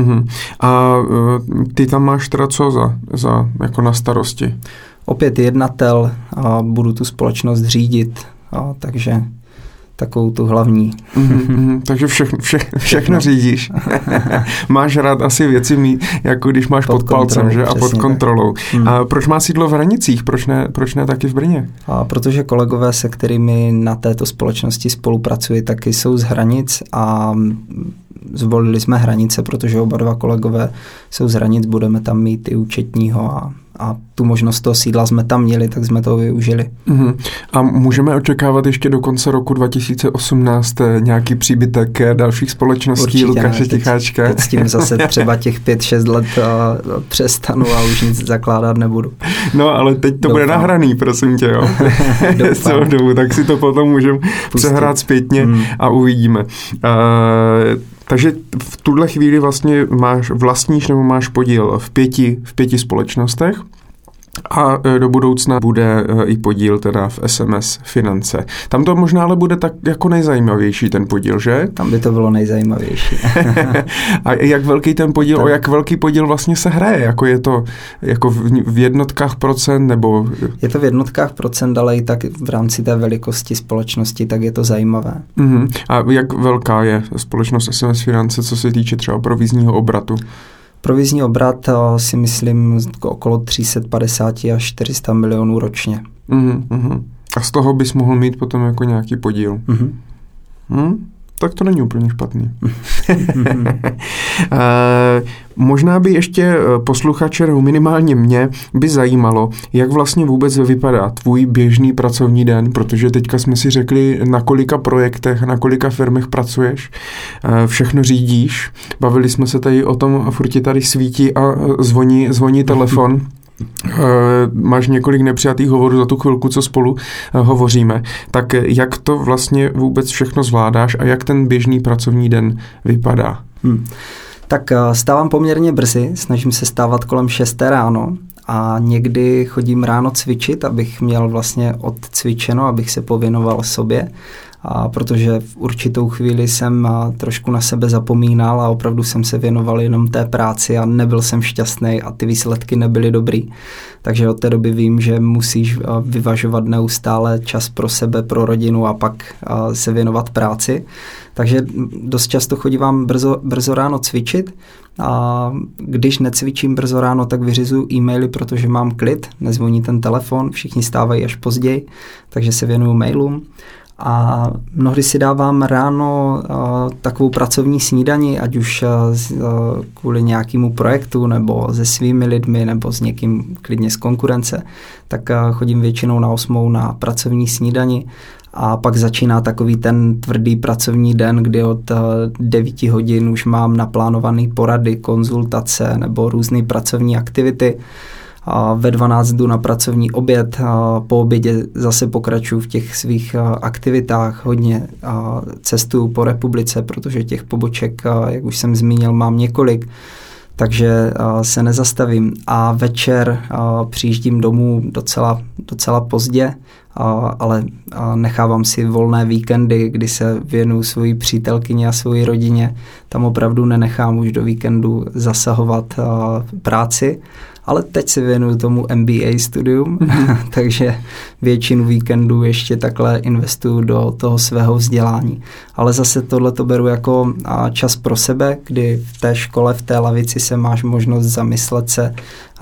A ty tam máš teda co za jako na starosti? Opět jednatel a budu tu společnost řídit, takže takovou tu hlavní. Takže všechno řídíš. Máš rád asi věci mít, jako když máš pod palcem, že? A pod kontrolou. A proč má sídlo v Hranicích? Proč ne taky v Brně? Protože kolegové, se kterými na této společnosti spolupracuji, taky jsou z Hranic a zvolili jsme Hranice, protože oba dva kolegové jsou z Hranic, budeme tam mít i účetního a tu možnost toho sídla jsme tam měli, tak jsme to využili. A můžeme očekávat ještě do konce roku 2018 nějaký příbytek dalších společností Lukáše Ticháčka? Teď s tím zase třeba těch 5-6 let přestanu a už nic zakládat nebudu. No, ale teď to bude nahraný, prosím tě, jo. Celou dobu, tak si to potom můžeme přehrát zpětně a uvidíme. Takže v tuhle chvíli vlastně vlastníš nebo máš podíl v pěti společnostech a do budoucna bude i podíl teda v SMS Finance. Tam to možná ale bude tak jako nejzajímavější ten podíl, že? Tam by to bylo nejzajímavější. A jak velký ten podíl, o jak velký podíl vlastně se hraje? Jako je to jako v jednotkách procent nebo? Je to v jednotkách procent, ale i tak v rámci té velikosti společnosti, tak je to zajímavé. A jak velká je společnost SMS Finance, co se týče třeba provizního obratu? Provizní obrat si myslím okolo 350 až 400 milionů ročně. A z toho bys mohl mít potom jako nějaký podíl. Tak to není úplně špatný. Možná by ještě posluchače, minimálně mě, by zajímalo, jak vlastně vůbec vypadá tvůj běžný pracovní den, protože teďka jsme si řekli, na kolika projektech, na kolika firmech pracuješ, všechno řídíš. Bavili jsme se tady o tom, a furt ti tady svítí a zvoní telefon. máš několik nepřijatých hovorů za tu chvilku, co spolu hovoříme. Tak jak to vlastně vůbec všechno zvládáš a jak ten běžný pracovní den vypadá? Tak stávám poměrně brzy, snažím se stávat kolem 6 ráno a někdy chodím ráno cvičit, abych měl vlastně odcvičeno, abych se pověnoval sobě. A protože v určitou chvíli jsem trošku na sebe zapomínal a opravdu jsem se věnoval jenom té práci a nebyl jsem šťastný a ty výsledky nebyly dobrý. Takže od té doby vím, že musíš vyvažovat neustále čas pro sebe, pro rodinu a pak se věnovat práci. Takže dost často chodívám brzo ráno cvičit a když necvičím brzo ráno, tak vyřizuju e-maily, protože mám klid, nezvoní ten telefon, všichni stávají až později, takže se věnuju mailům. A mnohdy si dávám ráno takovou pracovní snídani, ať už kvůli nějakému projektu, nebo se svými lidmi, nebo s někým klidně z konkurence, tak chodím většinou na 8 na pracovní snídani a pak začíná takový ten tvrdý pracovní den, kdy od 9 hodin už mám naplánované porady, konzultace nebo různé pracovní aktivity. A ve 12 jdu na pracovní oběd, po obědě zase pokračuju v těch svých aktivitách, hodně cestuju po republice, protože těch poboček, jak už jsem zmínil, mám několik, takže se nezastavím. A večer přijíždím domů docela pozdě, ale nechávám si volné víkendy, kdy se věnuju svojí přítelkyni a svojí rodině. Tam opravdu nenechám už do víkendu zasahovat práci. Ale teď se věnuju tomu MBA studium, takže většinu víkendů ještě takhle investuju do toho svého vzdělání. Ale zase tohle to beru jako čas pro sebe, kdy v té škole, v té lavici se máš možnost zamyslet se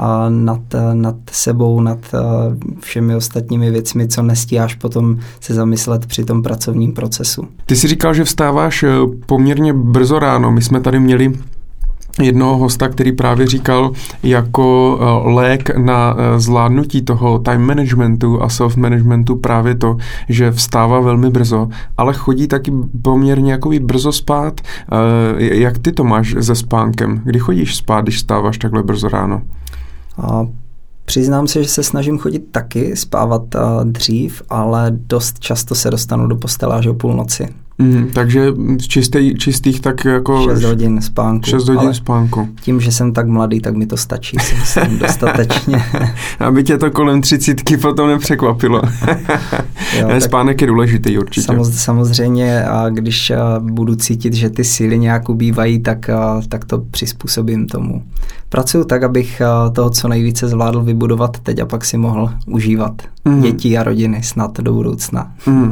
nad sebou, nad všemi ostatními věcmi, co nestíháš potom se zamyslet při tom pracovním procesu. Ty jsi říkal, že vstáváš poměrně brzo ráno. My jsme tady měli jednoho hosta, který právě říkal jako lék na zvládnutí toho time managementu a self-managementu právě to, že vstává velmi brzo, ale chodí taky poměrně jakoby brzo spát. Jak ty to máš se spánkem? Kdy chodíš spát, když vstáváš takhle brzo ráno? Přiznám se, že se snažím chodit taky, spávat dřív, ale dost často se dostanu do postele až o půlnoci. Takže čistých tak jako 6 hodin spánku. 6 hodin spánku. Tím, že jsem tak mladý, tak mi to stačí, si myslím, dostatečně. Aby tě to kolem 30 potom nepřekvapilo. Jo, spánek je důležitý určitě. Samozřejmě, a když budu cítit, že ty síly nějak ubývají, tak to přizpůsobím tomu. Pracuju tak, abych toho co nejvíce zvládl vybudovat teď a pak si mohl užívat děti a rodiny snad do budoucna.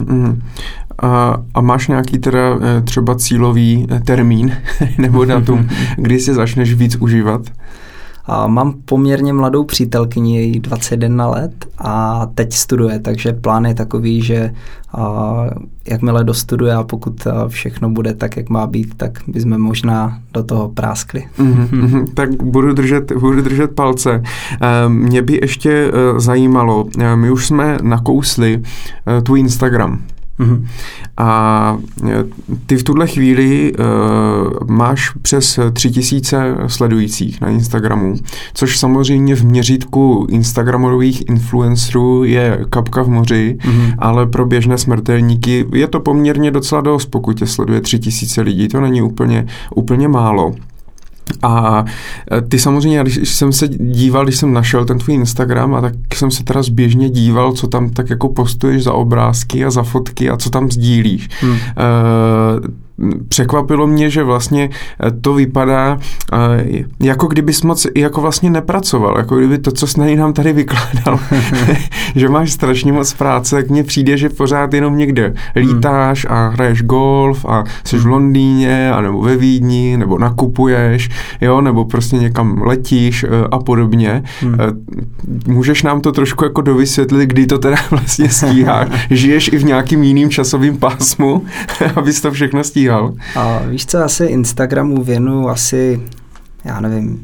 A máš nějaký teda třeba cílový termín nebo datum, kdy si začneš víc užívat? Mám poměrně mladou přítelkyni, její 21 let a teď studuje, takže plán je takový, že jakmile dostuduje a pokud všechno bude tak, jak má být, tak bychom možná do toho práskli. Tak budu držet palce. Mě by ještě zajímalo, my už jsme nakousli tvůj Instagram. A ty v tuhle chvíli máš přes 3000 sledujících na Instagramu, což samozřejmě v měřítku instagramových influencerů je kapka v moři, ale pro běžné smrtelníky je to poměrně docela dost, pokud tě sleduje 3000 lidí, to není úplně málo. A ty samozřejmě, když jsem našel ten tvůj Instagram a tak jsem se teda zběžně díval, co tam tak jako postuješ za obrázky a za fotky a co tam sdílíš. Překvapilo mě, že vlastně to vypadá jako kdybys moc jako vlastně nepracoval, jako kdyby to, co jsi nám tady vykládal, že máš strašně moc práce, tak mně přijde, že pořád jenom někde lítáš a hraješ golf a jsi v Londýně a nebo ve Vídni, nebo nakupuješ, jo, nebo prostě někam letíš a podobně. Můžeš nám to trošku jako dovysvětlit, kdy to teda vlastně stíháš? Žiješ i v nějakým jiným časovým pásmu, abys to všechno stíhal? A víš co, já se Instagramu věnuju asi, já nevím,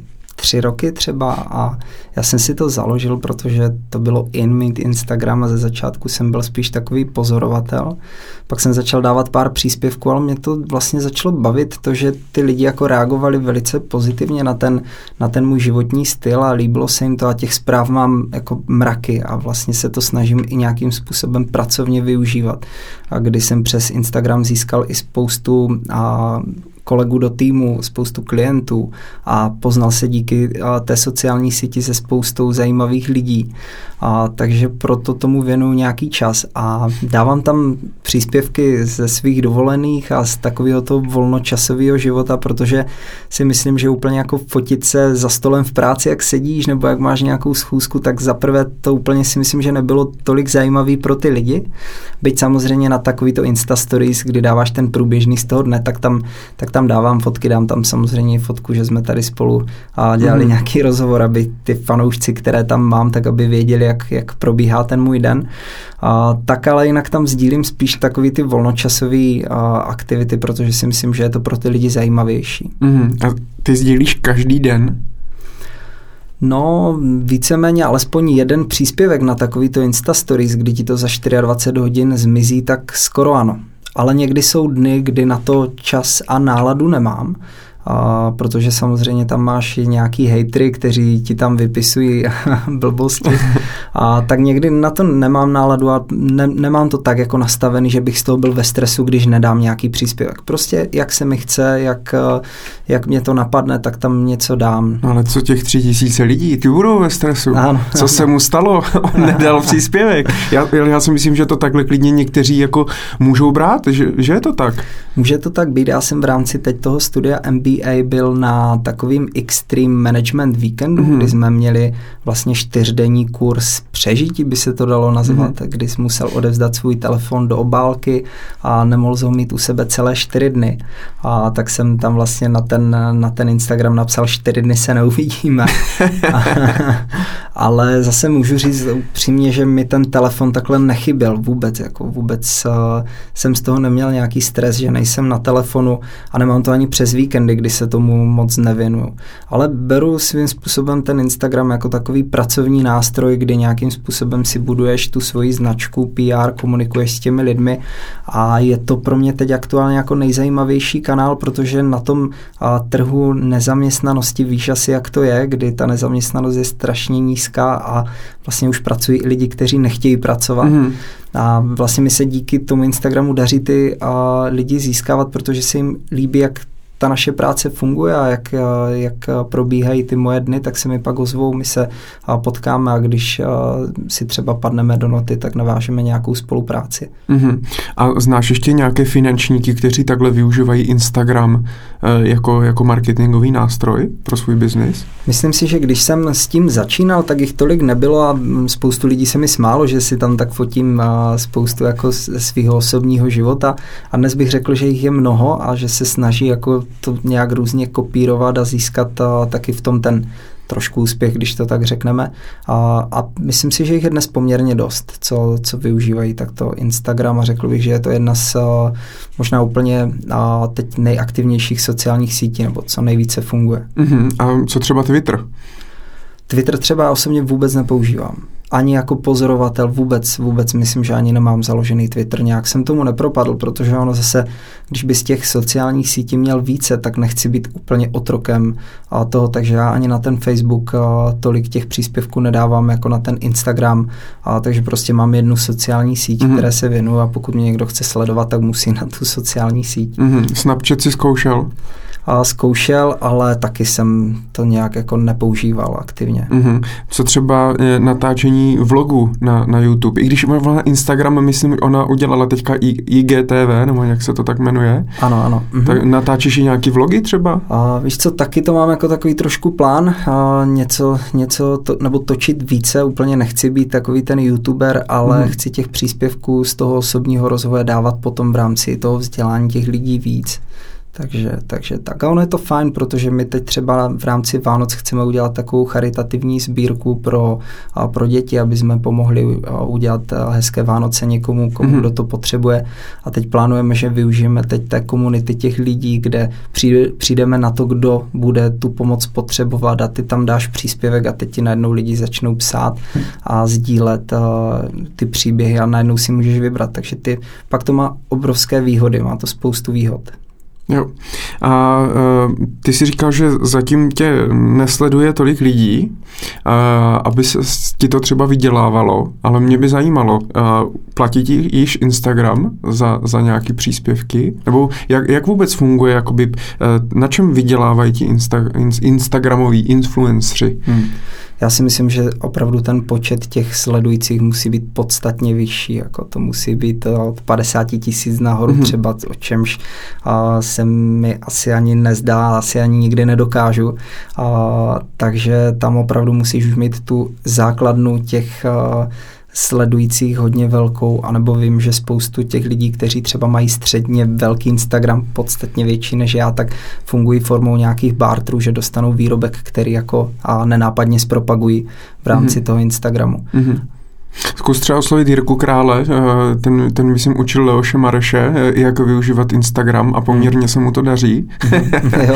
3 roky třeba a já jsem si to založil, protože to bylo mít Instagram a ze začátku jsem byl spíš takový pozorovatel. Pak jsem začal dávat pár příspěvků, ale mě to vlastně začalo bavit to, že ty lidi jako reagovali velice pozitivně na ten můj životní styl a líbilo se jim to a těch zpráv mám jako mraky a vlastně se to snažím i nějakým způsobem pracovně využívat. A když jsem přes Instagram získal i spoustu kolegů do týmu, spoustu klientů a poznal se díky té sociální síti se spoustou zajímavých lidí. Takže proto tomu věnuju nějaký čas a dávám tam příspěvky ze svých dovolených a z takového toho volnočasového života, protože si myslím, že úplně jako fotit se za stolem v práci, jak sedíš nebo jak máš nějakou schůzku, tak zaprvé to úplně si myslím, že nebylo tolik zajímavý pro ty lidi. Byť samozřejmě na takovýto Insta Stories, kdy dáváš ten průběžný z toho dne, tak tam dávám fotky, dám tam samozřejmě fotku, že jsme tady spolu a dělali nějaký rozhovor, aby ty fanoušci, které tam mám, tak aby věděli, jak probíhá ten můj den. Tak ale jinak tam sdílím spíš takový ty volnočasové aktivity, protože si myslím, že je to pro ty lidi zajímavější. A ty sdílíš každý den? No, víceméně alespoň jeden příspěvek na takovýto Insta Stories, kdy ti to za 24 hodin zmizí, tak skoro ano. Ale někdy jsou dny, kdy na to čas a náladu nemám, protože samozřejmě tam máš nějaký hejtry, kteří ti tam vypisují blbosti. Tak někdy na to nemám náladu a nemám to tak jako nastavený, že bych z toho byl ve stresu, když nedám nějaký příspěvek. Prostě jak se mi chce, jak mě to napadne, tak tam něco dám. No ale co těch 3000 lidí? Ty budou ve stresu. Ano. Co se mu stalo? On nedal příspěvek. Já si myslím, že to takhle klidně někteří jako můžou brát, že je to tak. Může to tak být. Já jsem v rámci teď toho studia MBA byl na takovým Extreme Management Weekendu, kdy jsme měli vlastně 4denní kurz přežití, by se to dalo nazvat, kdy jsi musel odevzdat svůj telefon do obálky a nemohl ho mít u sebe celé 4 dny. Tak jsem tam vlastně na ten Instagram napsal 4 dny se neuvidíme. Ale zase můžu říct upřímně, že mi ten telefon takhle nechyběl vůbec jsem z toho neměl nějaký stres, že nejsem na telefonu a nemám to ani přes víkendy, kdy se tomu moc nevěnuju. Ale beru svým způsobem ten Instagram jako takový pracovní nástroj, kdy nějakým způsobem si buduješ tu svoji značku, PR, komunikuješ s těmi lidmi a je to pro mě teď aktuálně jako nejzajímavější kanál, protože na tom trhu nezaměstnanosti víš asi, jak to je, kdy ta nezaměstnanost je strašně nízká a vlastně už pracují i lidi, kteří nechtějí pracovat. A vlastně mi se díky tomu Instagramu daří ty lidi získávat, protože se jim líbí, jak ta naše práce funguje a jak probíhají ty moje dny, tak se mi pak ozvou, my se potkáme a když si třeba padneme do noty, tak navážeme nějakou spolupráci. A znáš ještě nějaké finančníky, kteří takhle využívají Instagram jako marketingový nástroj pro svůj biznis? Myslím si, že když jsem s tím začínal, tak jich tolik nebylo a spoustu lidí se mi smálo, že si tam tak fotím spoustu jako svého osobního života a dnes bych řekl, že jich je mnoho a že se snaží jako to nějak různě kopírovat a získat taky v tom ten trošku úspěch, když to tak řekneme. A myslím si, že jich je dnes poměrně dost, co využívají takto Instagram a řekl bych, že je to jedna z možná úplně teď nejaktivnějších sociálních sítí, nebo co nejvíce funguje. A co třeba Twitter? Twitter třeba osobně vůbec nepoužívám. Ani jako pozorovatel vůbec myslím, že ani nemám založený Twitter. Nějak jsem tomu nepropadl, protože ono zase, když by z těch sociálních sítí měl více, tak nechci být úplně otrokem toho, takže já ani na ten Facebook tolik těch příspěvků nedávám jako na ten Instagram, takže prostě mám jednu sociální síť, které se věnuju a pokud mě někdo chce sledovat, tak musí na tu sociální síť. Snapchat si zkoušel? Zkoušel, ale taky jsem to nějak jako nepoužíval aktivně. Co třeba natáčení vlogu na YouTube? I když na Instagram, myslím, ona udělala teďka IGTV, nebo jak se to tak jmenuje? Ano. Tak natáčíš i nějaký vlogy třeba? Víš co, taky to mám jako takový trošku plán, nebo točit více, úplně nechci být takový ten YouTuber, ale chci těch příspěvků z toho osobního rozvoje dávat potom v rámci toho vzdělání těch lidí víc. Takže tak. A ono je to fajn, protože my teď třeba v rámci Vánoc chceme udělat takovou charitativní sbírku pro děti, aby jsme pomohli udělat hezké Vánoce někomu, kdo to potřebuje. A teď plánujeme, že využijeme teď té komunity těch lidí, kde přijdeme na to, kdo bude tu pomoc potřebovat a ty tam dáš příspěvek a teď ti najednou lidi začnou psát a sdílet ty příběhy a najednou si můžeš vybrat. Takže pak to má obrovské výhody, má to spoustu výhod. Jo. A ty si říkal, že zatím tě nesleduje tolik lidí, aby se ti to třeba vydělávalo, ale mě by zajímalo, platí ti již Instagram za nějaký příspěvky? Nebo jak vůbec funguje, jakoby, na čem vydělávají ti instagramoví influenceri? Já si myslím, že opravdu ten počet těch sledujících musí být podstatně vyšší, jako to musí být od 50 000 nahoru třeba, o čemž se mi asi ani nezdá, asi ani nikdy nedokážu. Takže tam opravdu musíš už mít tu základnu těch sledujících hodně velkou, anebo vím, že spoustu těch lidí, kteří třeba mají středně velký Instagram, podstatně větší než já, tak fungují formou nějakých barterů, že dostanou výrobek, který jako nenápadně zpropagují v rámci toho Instagramu. Zkus třeba oslovit Jirku Krále, ten myslím učil Leoše Mareše, jak využívat Instagram a poměrně se mu to daří. jo.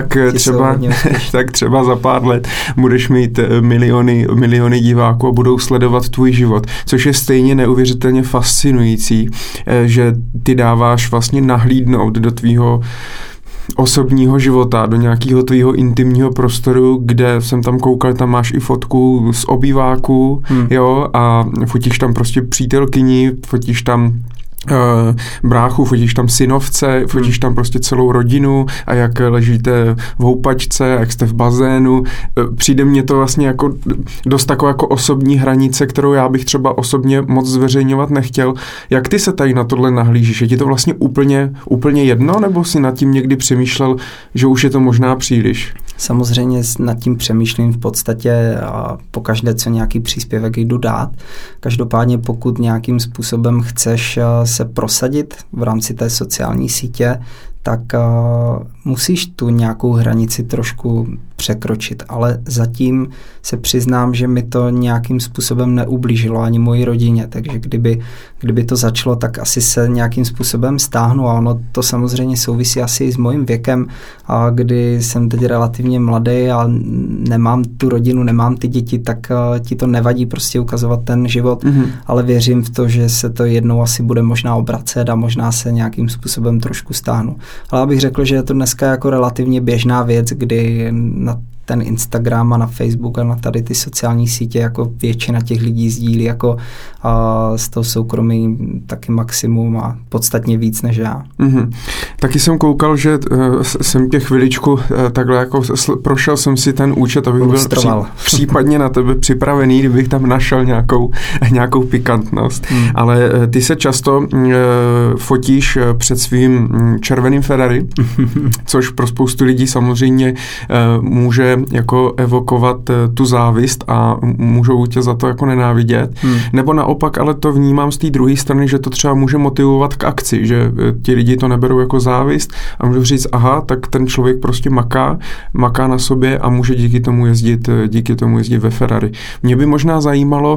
tak třeba za pár let budeš mít miliony diváků a budou sledovat tvůj život, což je stejně neuvěřitelně fascinující, že ty dáváš vlastně nahlídnout do tvýho osobního života, do nějakého tvýho intimního prostoru, kde jsem tam koukal, tam máš i fotku z obýváku, jo, a fotíš tam prostě přítelkyni, fotíš tam bráchu, fotíš tam synovce, fotíš tam prostě celou rodinu a jak ležíte v houpačce, jak jste v bazénu. Přijde mně to vlastně jako dost taková jako osobní hranice, kterou já bych třeba osobně moc zveřejňovat nechtěl. Jak ty se tady na tohle nahlížíš? Je ti to vlastně úplně jedno, nebo si nad tím někdy přemýšlel, že už je to možná příliš? Samozřejmě nad tím přemýšlím v podstatě pokaždé, co nějaký příspěvek jdu dát. Každopádně pokud nějakým způsobem chceš se prosadit v rámci té sociální sítě, tak musíš tu nějakou hranici trošku překročit, ale zatím se přiznám, že mi to nějakým způsobem neublížilo ani mojí rodině, takže kdyby to začalo, tak asi se nějakým způsobem stáhnu a ono to samozřejmě souvisí asi i s mojím věkem, a kdy jsem teď relativně mladý a nemám tu rodinu, nemám ty děti, tak ti to nevadí prostě ukazovat ten život, ale věřím v to, že se to jednou asi bude možná obracet a možná se nějakým způsobem trošku stáhnu. Ale abych řekl, že je to dneska jako relativně běžná věc, kdy na ten Instagram a na Facebook a na tady ty sociální sítě jako většina těch lidí sdílí jako z toho soukromí taky maximum a podstatně víc než já. Taky jsem koukal, že jsem tě chviličku takhle jako prošel jsem si ten účet, abych byl případně na tebe připravený, kdybych tam našel nějakou pikantnost. Ale ty se často fotíš před svým červeným Ferrari, což pro spoustu lidí samozřejmě může jako evokovat tu závist a můžou tě za to jako nenávidět. Nebo naopak, ale to vnímám z té druhé strany, že to třeba může motivovat k akci, že ti lidi to neberou jako závist a můžou říct, aha, tak ten člověk prostě maká na sobě a může díky tomu jezdit ve Ferrari. Mě by možná zajímalo,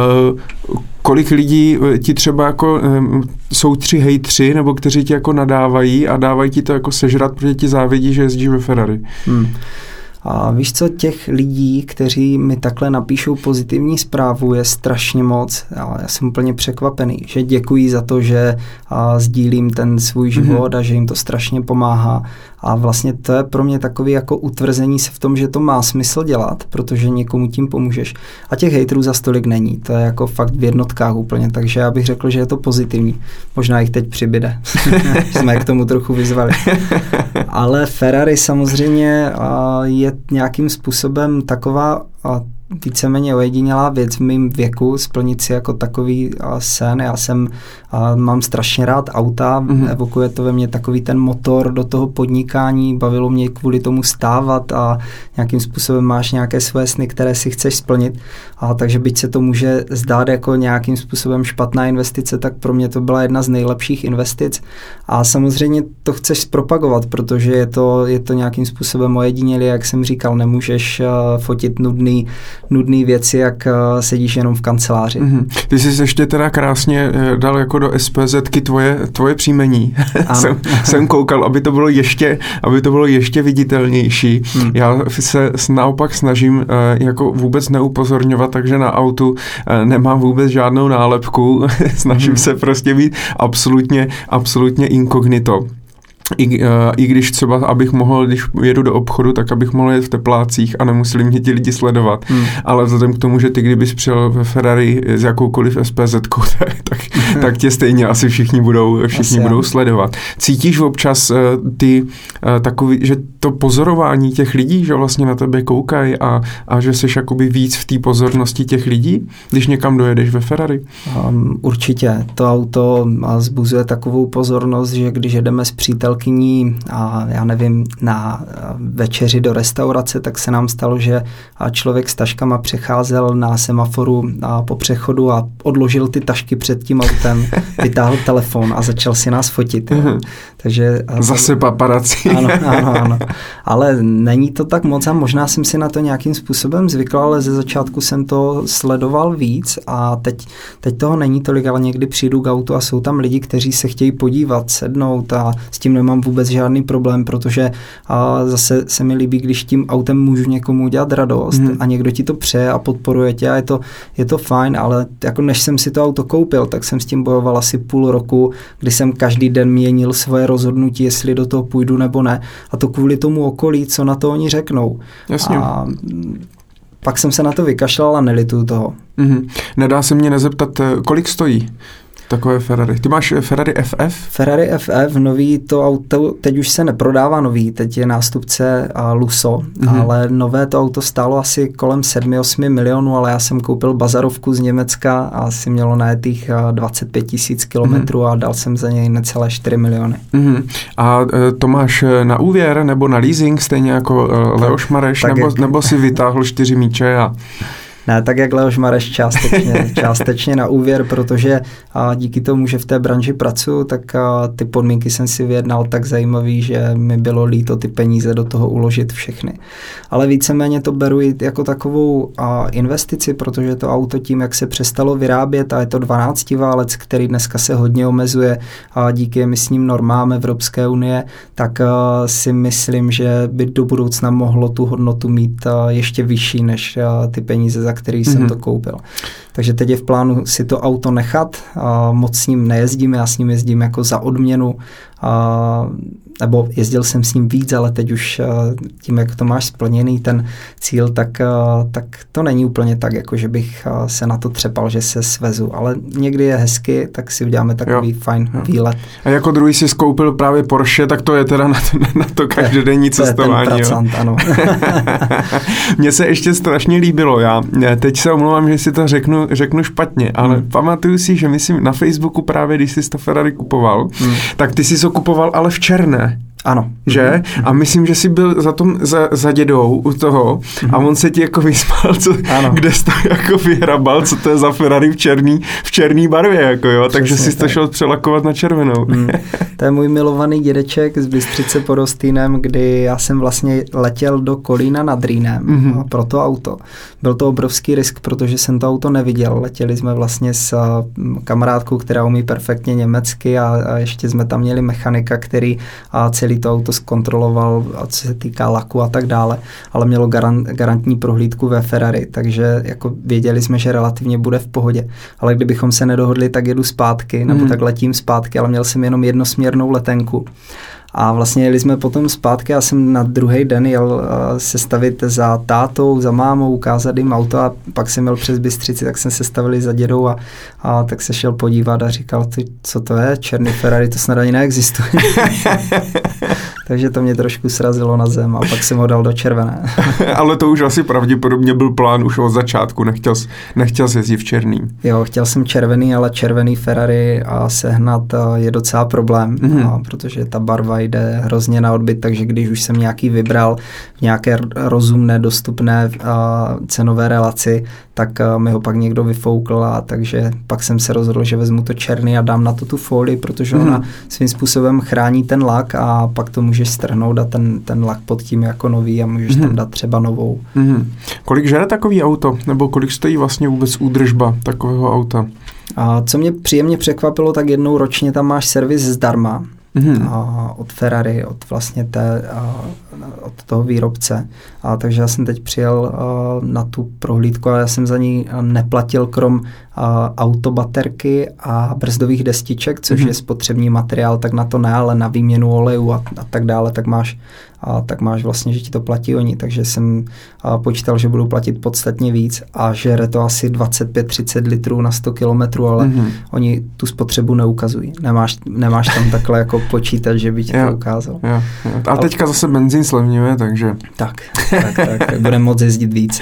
kolik lidí ti třeba jako jsou 3 hejtři, nebo kteří ti jako nadávají a dávají ti to jako sežrat, protože ti závidí, že jezdíš ve Ferrari. A víš co, těch lidí, kteří mi takhle napíšou pozitivní zprávu, je strašně moc. Já jsem úplně překvapený, že děkují za to, že sdílím ten svůj život a že jim to strašně pomáhá. A vlastně to je pro mě takový jako utvrzení se v tom, že to má smysl dělat, protože někomu tím pomůžeš. A těch hejtrů za stolik není. To je jako fakt v jednotkách úplně, takže já bych řekl, že je to pozitivní. Možná jich teď přibyde. Jsme k tomu trochu vyzvali. Ale Ferrari samozřejmě je nějakým způsobem taková víceméně ojedinělá věc v mém věku, splnit si jako takový sen. Já mám strašně rád auta, evokuje to ve mně takový ten motor do toho podnikání, bavilo mě kvůli tomu stávat a nějakým způsobem máš nějaké své sny, které si chceš splnit. A takže byť se to může zdát jako nějakým způsobem špatná investice, tak pro mě to byla jedna z nejlepších investic. A samozřejmě to chceš zpropagovat, protože je to nějakým způsobem ojedinělý, jak jsem říkal, nemůžeš fotit nudný věci, jak sedíš jenom v kanceláři. Ty jsi ještě teda krásně dal jako do SPZ-ky tvoje příjmení. jsem koukal, aby to bylo ještě viditelnější. Já se naopak snažím jako vůbec neupozorňovat, takže na autu nemám vůbec žádnou nálepku. Snažím se prostě být absolutně inkognito. I když třeba, abych mohl, když jedu do obchodu, tak abych mohl jet v teplácích a nemuseli mě ti lidi sledovat. Ale vzhledem k tomu, že ty kdybys přijel ve Ferrari s jakoukoliv SPZ-kou, tak tě stejně asi všichni budou sledovat. Cítíš občas takový, že to pozorování těch lidí, že vlastně na tebe koukají a že seš jakoby víc v té pozornosti těch lidí, když někam dojedeš ve Ferrari? Určitě. To auto zbuzuje takovou pozornost, že když jedeme s přítelkyní a já nevím, na večeři do restaurace, tak se nám stalo, že člověk s taškama přecházel na semaforu po přechodu a odložil ty tašky před tím autem, vytáhl telefon a začal si nás fotit. Takže zase paparazzi. Ano. Ale není to tak moc a možná jsem si na to nějakým způsobem zvykl, ale ze začátku jsem to sledoval víc a teď toho není tolik, ale někdy přijdu k autu a jsou tam lidi, kteří se chtějí podívat, sednout a s tím nemám vůbec žádný problém, protože zase se mi líbí, když tím autem můžu někomu udělat radost a někdo ti to přeje a podporuje tě a je to fajn, ale jako než jsem si to auto koupil, tak jsem s tím bojoval asi půl roku, kdy jsem každý den měnil svoje rozhodnutí, jestli do toho půjdu nebo ne. A to kvůli tomu okolí, co na to oni řeknou. Jasně. A pak jsem se na to vykašlal a nelituju toho. Nedá se mě nezeptat, kolik stojí takové Ferrari? Ty máš Ferrari FF? Ferrari FF, nový to auto, teď už se neprodává nový, teď je nástupce Lusso, ale nové to auto stálo asi kolem 7-8 milionů, ale já jsem koupil bazarovku z Německa a asi mělo najetých 25 000 kilometrů a dal jsem za něj necelé 4 miliony. A to máš na úvěr nebo na leasing, stejně jako Leoš Mareš, nebo si vytáhl 4 míče a... Ne, tak jak Leoš Mareš částečně na úvěr, protože díky tomu, že v té branži pracuji, tak ty podmínky jsem si vyjednal tak zajímavý, že mi bylo líto ty peníze do toho uložit všechny. Ale víceméně to beru jako takovou investici, protože to auto tím, jak se přestalo vyrábět a je to 12 válec, který dneska se hodně omezuje a díky emisním normám Evropské unie, tak si myslím, že by do budoucna mohlo tu hodnotu mít ještě vyšší než ty peníze, za který jsem to koupil. Takže teď je v plánu si to auto nechat, moc s ním nejezdím, já s ním jezdím jako za odměnu, nebo jezdil jsem s ním víc, ale teď už tím, jak to máš splněný ten cíl, tak to není úplně tak, jako že bych se na to třepal, že se svezu, ale někdy je hezky, tak si uděláme takový fajn výlet. A jako druhý si skoupil právě Porsche, tak to je teda na to každodenní cestování. To je ten pracant, ano. Mně se ještě strašně líbilo, já teď se omlouvám, že si to řeknu špatně, ale pamatuju si, že myslím na Facebooku právě, když jsi to Ferrari kupoval, tak ty jsi to kupoval, ale v černé. Ano. Že? A myslím, že jsi byl za dědou u toho a on se ti jako vysmál, kde jsi to jako vyhrabal, co to je za Ferrari v černý barvě, jako jo, takže jsi to šel přelakovat na červenou. To je můj milovaný dědeček z Bystřice pod Hostýnem, kdy já jsem vlastně letěl do Kolína nad Rýnem pro to auto. Byl to obrovský risk, protože jsem to auto neviděl. Letěli jsme vlastně s kamarádkou, která umí perfektně německy a ještě jsme tam měli mechanika, který celý to auto zkontroloval, co se týká laku a tak dále, ale mělo garantní prohlídku ve Ferrari, takže jako věděli jsme, že relativně bude v pohodě. Ale kdybychom se nedohodli, tak jedu zpátky, nebo tak letím zpátky, ale měl jsem jenom jednosměrnou letenku. A vlastně jeli jsme potom zpátky, já jsem na druhý den jel se stavit za tátou, za mámou, ukázat jim auto a pak jsem jel přes Bystřici, tak jsme se stavili za dědou a tak se šel podívat a říkal, co to je, černý Ferrari, to snad ani neexistuje. Takže to mě trošku srazilo na zem a pak jsem ho dal do červené. Ale to už asi pravděpodobně byl plán už od začátku, nechtěl jsi jezdit v černý. Jo, chtěl jsem červený, ale červený Ferrari a sehnat je docela problém, protože ta barva jde hrozně na odbyt, takže když už jsem nějaký vybral v nějaké rozumné, dostupné cenové relaci, tak mi ho pak někdo vyfoukl a takže pak jsem se rozhodl, že vezmu to černý a dám na to tu folii, protože ona svým způsobem chrání ten lak a pak to můžeš strhnout a ten lak pod tím jako nový a můžeš tam dát třeba novou. Kolik žere takový auto? Nebo kolik stojí vlastně vůbec údržba takového auta? A co mě příjemně překvapilo, tak jednou ročně tam máš servis zdarma. Od Ferrari, od vlastně od toho výrobce. Takže já jsem teď přijel na tu prohlídku a já jsem za ní neplatil krom autobaterky a brzdových destiček, což je spotřební materiál, tak na to ne, ale na výměnu olejů a tak dále, tak máš vlastně, že ti to platí oni, takže jsem počítal, že budu platit podstatně víc a žere to asi 25-30 litrů na 100 kilometrů, ale oni tu spotřebu neukazují. Nemáš tam takhle jako počítat, že by ti to ukázal. A teďka zase benzín slevňuje, takže... Tak budeme moc jezdit víc.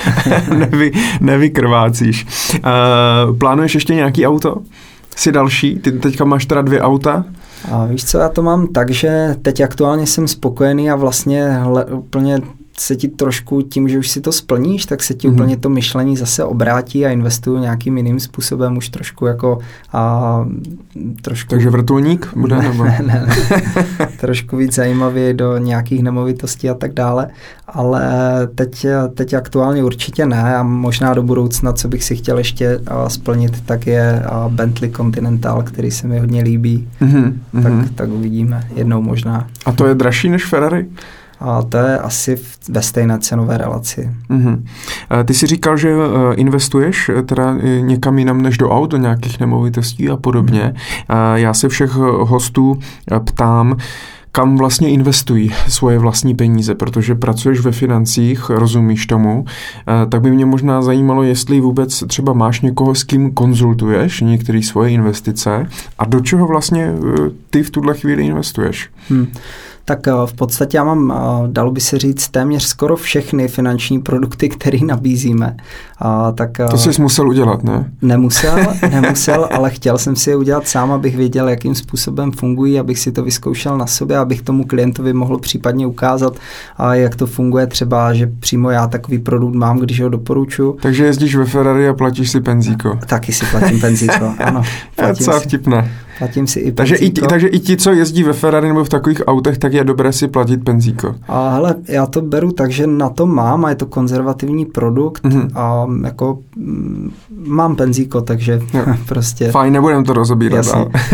Nevykrvácíš. Plánuješ ještě nějaký auto? Jsi další? Ty teďka máš teda 2 auta? A víš co, já to mám tak, že teď aktuálně jsem spokojený a vlastně úplně se ti trošku tím, že už si to splníš, tak se ti úplně to myšlení zase obrátí a investuju nějakým jiným způsobem už trošku jako trošku... Takže vrtulník bude? Ne. Trošku víc zajímavě do nějakých nemovitostí a tak dále, ale teď aktuálně určitě ne a možná do budoucna, co bych si chtěl ještě splnit, tak je Bentley Continental, který se mi hodně líbí, tak uvidíme jednou možná. A to je dražší než Ferrari? A to je asi ve stejné cenové relaci. Ty jsi říkal, že investuješ teda někam jinam než do aut, do nějakých nemovitostí a podobně. Já se všech hostů ptám, kam vlastně investují svoje vlastní peníze, protože pracuješ ve financích, rozumíš tomu, tak by mě možná zajímalo, jestli vůbec třeba máš někoho, s kým konzultuješ některé svoje investice a do čeho vlastně ty v tuhle chvíli investuješ. Tak v podstatě já mám, dalo by se říct, téměř skoro všechny finanční produkty, které nabízíme. To jsi musel udělat, ne? Nemusel, ale chtěl jsem si je udělat sám, abych věděl, jakým způsobem fungují, abych si to vyzkoušel na sobě, abych tomu klientovi mohl případně ukázat, jak to funguje třeba, že přímo já takový produkt mám, když ho doporučuji. Takže jezdíš ve Ferrari a platíš si penzíko. Taky si platím penzíko, ano. Co vtipné. Platím si i penzíko. Takže i ti, co jezdí ve Ferrari nebo v takových autech, tak je dobré si platit penzíko. A hele, já to beru tak, že na to mám a je to konzervativní produkt a jako mám penzíko, takže prostě... Fajn, nebudem to rozebírat.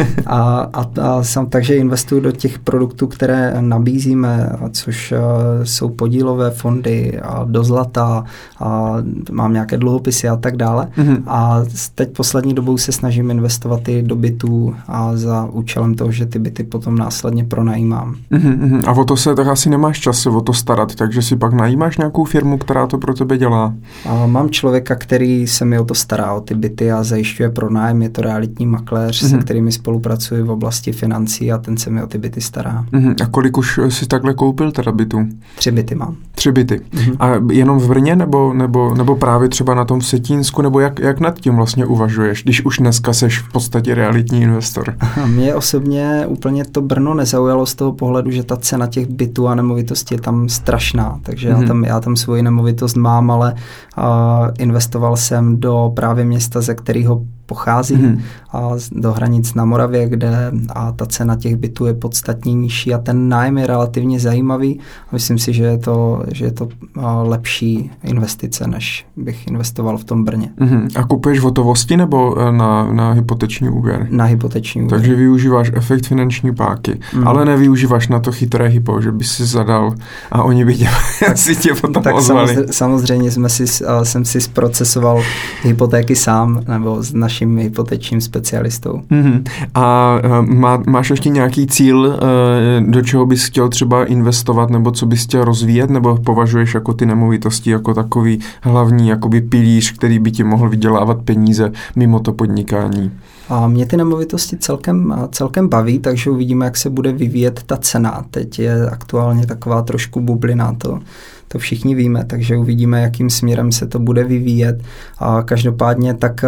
Takže investuju do těch produktů, které nabízíme, což jsou podílové fondy a do zlata a mám nějaké dluhopisy a tak dále. A teď poslední dobou se snažím investovat i do bytů a za účelem toho, že ty byty potom následně pronajímám. A o to se tak asi nemáš čas se o to starat, takže si pak najímáš nějakou firmu, která to pro tebe dělá? A mám člověka, který se mi o to stará, o ty byty a zajišťuje pronájem, je to realitní makléř, se kterými spolupracuji v oblasti financí a ten se mi o ty byty stará. A kolik už si takhle koupil teda bytů? 3 byty mám. 3 byty. A jenom v Brně nebo právě třeba na tom Vsetínsku, nebo jak nad tím vlastně uvažuješ, když už dneska seš v podstatě realitní investor? Mě osobně úplně to Brno nezaujalo z toho pohledu, že ta cena těch bytů a nemovitostí je tam strašná, takže já tam svoji nemovitost mám, ale investoval jsem do právě města, ze kterého pochází a do hranic na Moravě, kde ta cena těch bytů je podstatně nižší a ten nájem je relativně zajímavý. Myslím si, že je to lepší investice, než bych investoval v tom Brně. A kupuješ v hotovosti nebo na hypoteční úvěr? Na hypoteční úvěr. Takže využíváš efekt finanční páky, ale nevyužíváš na to chytré hypo, že bys si zadal a oni by tě potom ozvali. Samozřejmě jsem si zprocesoval hypotéky sám, nebo z naším hypotečním specialistou. A máš ještě nějaký cíl, do čeho bys chtěl třeba investovat, nebo co bys chtěl rozvíjet, nebo považuješ jako ty nemovitosti jako takový hlavní jakoby pilíř, který by ti mohl vydělávat peníze mimo to podnikání? A mě ty nemovitosti celkem baví, takže uvidíme, jak se bude vyvíjet ta cena. Teď je aktuálně taková trošku bublina, to všichni víme, takže uvidíme, jakým směrem se to bude vyvíjet. A každopádně tak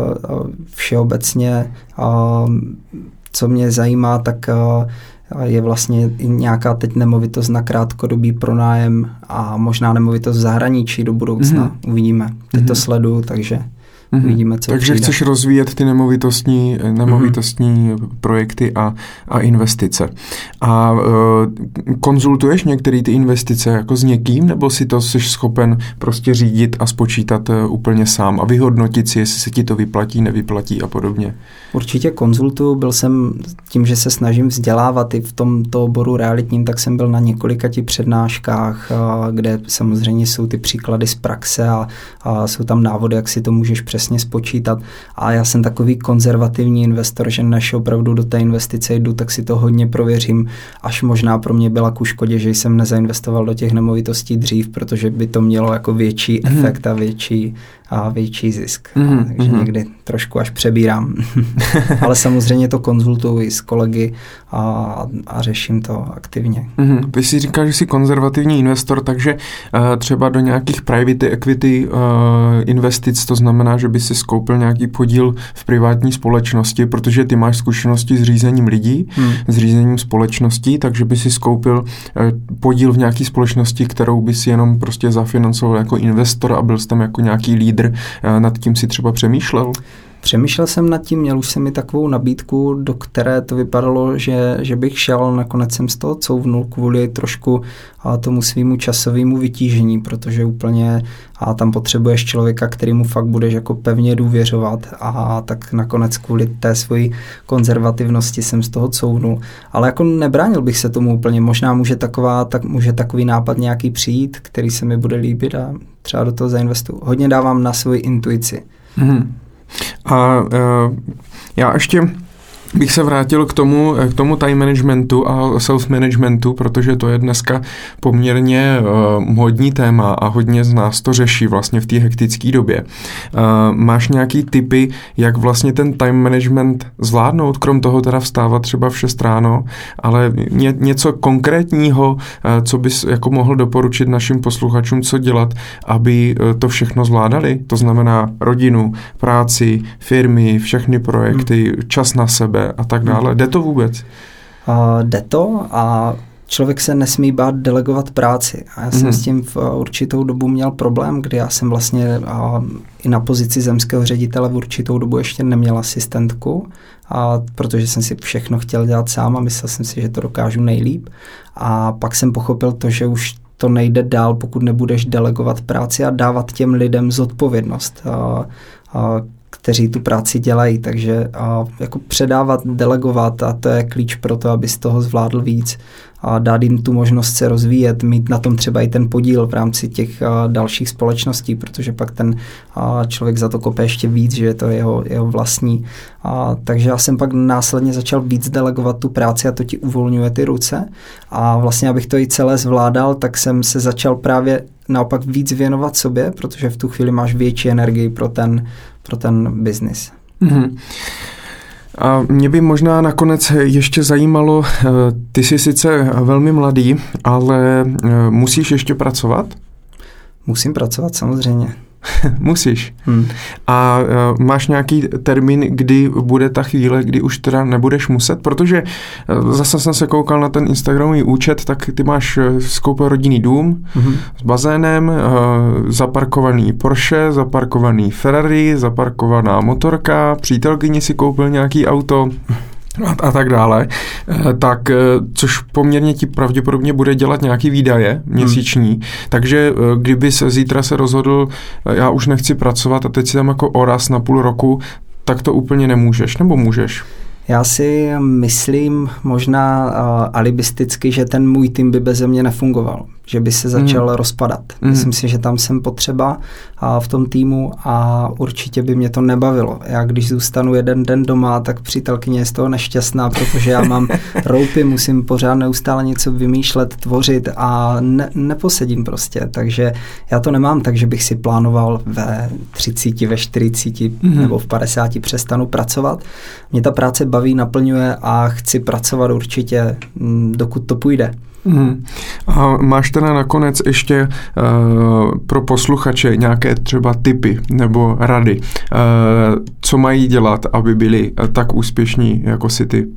všeobecně, co mě zajímá, tak je vlastně i nějaká teď nemovitost na krátkodobý pronájem a možná nemovitost v zahraničí do budoucna. Uvidíme. Teď to sleduju, takže uvidíme, co Takže přijde. chceš rozvíjet ty nemovitostní projekty a investice. A konzultuješ některé ty investice jako s někým, nebo si to jsi schopen prostě řídit a spočítat úplně sám a vyhodnotit si, jestli se ti to vyplatí, nevyplatí a podobně? Určitě konzultuju, byl jsem tím, že se snažím vzdělávat i v tomto oboru realitním, tak jsem byl na několika přednáškách, kde samozřejmě jsou ty příklady z praxe a jsou tam návody, jak si to můžeš přesně spočítat. A já jsem takový konzervativní investor, že než opravdu do té investice jdu, tak si to hodně prověřím, až možná pro mě byla ku škodě, že jsem nezainvestoval do těch nemovitostí dřív, protože by to mělo jako větší efekt a větší zisk. Takže někdy trošku až přebírám. Ale samozřejmě to konzultuji s kolegy a řeším to aktivně. Ty si říkáš, že jsi konzervativní investor, takže třeba do nějakých private equity investic, to znamená, že by si skoupil nějaký podíl v privátní společnosti, protože ty máš zkušenosti s řízením lidí, s řízením společností, takže by si skoupil podíl v nějaké společnosti, kterou by si jenom prostě zafinancoval jako investor a byl jsi tam jako nějaký lídr. Nad tím si třeba přemýšlel? Přemýšlel jsem nad tím, měl už jsem mi takovou nabídku, do které to vypadalo, že bych šel, nakonec jsem z toho couvnul kvůli trošku tomu svýmu časovému vytížení, protože úplně tam potřebuješ člověka, kterýmu fakt budeš jako pevně důvěřovat a tak nakonec kvůli té svojí konzervativnosti jsem z toho couvnul. Ale jako nebránil bych se tomu úplně, možná může takový nápad nějaký přijít, který se mi bude líbit a třeba do toho zainvestuju. Hodně dávám na svoji intuici. A já ještě bych se vrátil k tomu time managementu a self-managementu, protože to je dneska poměrně hodní téma a hodně z nás to řeší vlastně v té hektické době. Máš nějaký tipy, jak vlastně ten time management zvládnout, krom toho teda vstávat třeba v 6 ráno, ale něco konkrétního, co bys jako mohl doporučit našim posluchačům, co dělat, aby to všechno zvládali? To znamená rodinu, práci, firmy, všechny projekty, čas na sebe a tak dále. Jde to vůbec? Jde to a člověk se nesmí bát delegovat práci. A já jsem s tím v určitou dobu měl problém, kdy já jsem vlastně i na pozici zemského ředitele v určitou dobu ještě neměl asistentku, protože jsem si všechno chtěl dělat sám a myslel jsem si, že to dokážu nejlíp. A pak jsem pochopil to, že už to nejde dál, pokud nebudeš delegovat práci a dávat těm lidem zodpovědnost, kteří tu práci dělají, takže jako předávat, delegovat a to je klíč pro to, aby z toho zvládl víc a dát jim tu možnost se rozvíjet, mít na tom třeba i ten podíl v rámci těch dalších společností, protože pak ten člověk za to kope ještě víc, že je to jeho vlastní. Takže já jsem pak následně začal víc delegovat tu práci a to ti uvolňuje ty ruce a vlastně, abych to i celé zvládal, tak jsem se začal právě naopak víc věnovat sobě, protože v tu chvíli máš větší energii pro ten biznis. A mě by možná nakonec ještě zajímalo, ty jsi sice velmi mladý, ale musíš ještě pracovat? Musím pracovat, samozřejmě. Musíš. A máš nějaký termín, kdy bude ta chvíle, kdy už teda nebudeš muset? Protože zase jsem se koukal na ten Instagramový účet, tak ty máš skoupil rodinný dům s bazénem, zaparkovaný Porsche, zaparkovaný Ferrari, zaparkovaná motorka, přítelkyni si koupil nějaký auto a tak dále, tak což poměrně ti pravděpodobně bude dělat nějaký výdaje měsíční, takže kdyby se zítra se rozhodl, já už nechci pracovat a teď si tam jako oraz na půl roku, tak to úplně nemůžeš, nebo můžeš? Já si myslím možná alibisticky, že ten můj tým by beze mě nefungoval. že by se začal rozpadat. Myslím si, že tam jsem potřeba v tom týmu a určitě by mě to nebavilo. Já když zůstanu jeden den doma, tak přítelkyně je z toho nešťastná, protože já mám roupy, musím pořád neustále něco vymýšlet, tvořit a neposedím prostě. Takže já to nemám tak, že bych si plánoval ve 30, ve 40 nebo v 50 přestanu pracovat. Mě ta práce baví, naplňuje a chci pracovat určitě, dokud to půjde. A máš teda nakonec ještě pro posluchače nějaké třeba tipy nebo rady, co mají dělat, aby byli tak úspěšní jako si ty?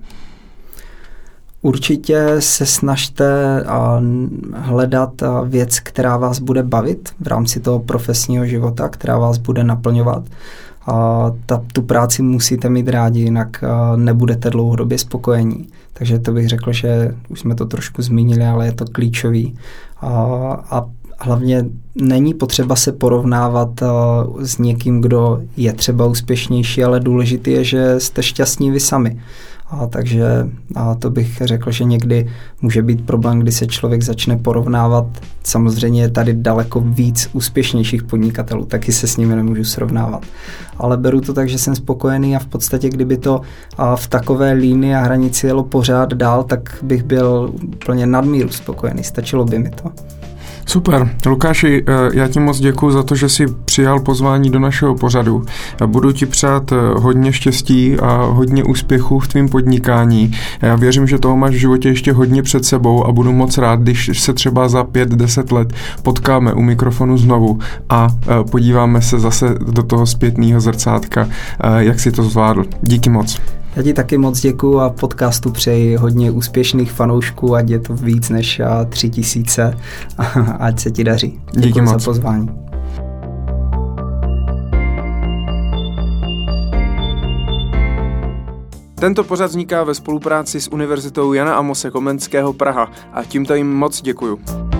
Určitě se snažte hledat věc, která vás bude bavit v rámci toho profesního života, která vás bude naplňovat. Tu práci musíte mít rádi, jinak nebudete dlouhodobě spokojení. Takže to bych řekl, že už jsme to trošku zmínili, ale je to klíčový. A hlavně není potřeba se porovnávat s někým, kdo je třeba úspěšnější, ale důležité je, že jste šťastní vy sami. Takže to bych řekl, že někdy může být problém, kdy se člověk začne porovnávat. Samozřejmě je tady daleko víc úspěšnějších podnikatelů, taky se s nimi nemůžu srovnávat. Ale beru to tak, že jsem spokojený a v podstatě, kdyby to v takové línii a hranici jelo pořád dál, tak bych byl úplně nadmíru spokojený. Stačilo by mi to. Super. Lukáši, já ti moc děkuju za to, že jsi přijal pozvání do našeho pořadu. Budu ti přát hodně štěstí a hodně úspěchů v tvém podnikání. Já věřím, že toho máš v životě ještě hodně před sebou a budu moc rád, když se třeba za 5-10 let potkáme u mikrofonu znovu a podíváme se zase do toho zpětného zrcátka, jak jsi to zvládl. Díky moc. Já ti taky moc děkuju a podcastu přeji hodně úspěšných fanoušků, ať je to víc než 3000, ať se ti daří. Díky moc za pozvání. Tento pořad vzniká ve spolupráci s Univerzitou Jana Amose Komenského Praha a tímto jim moc děkuju.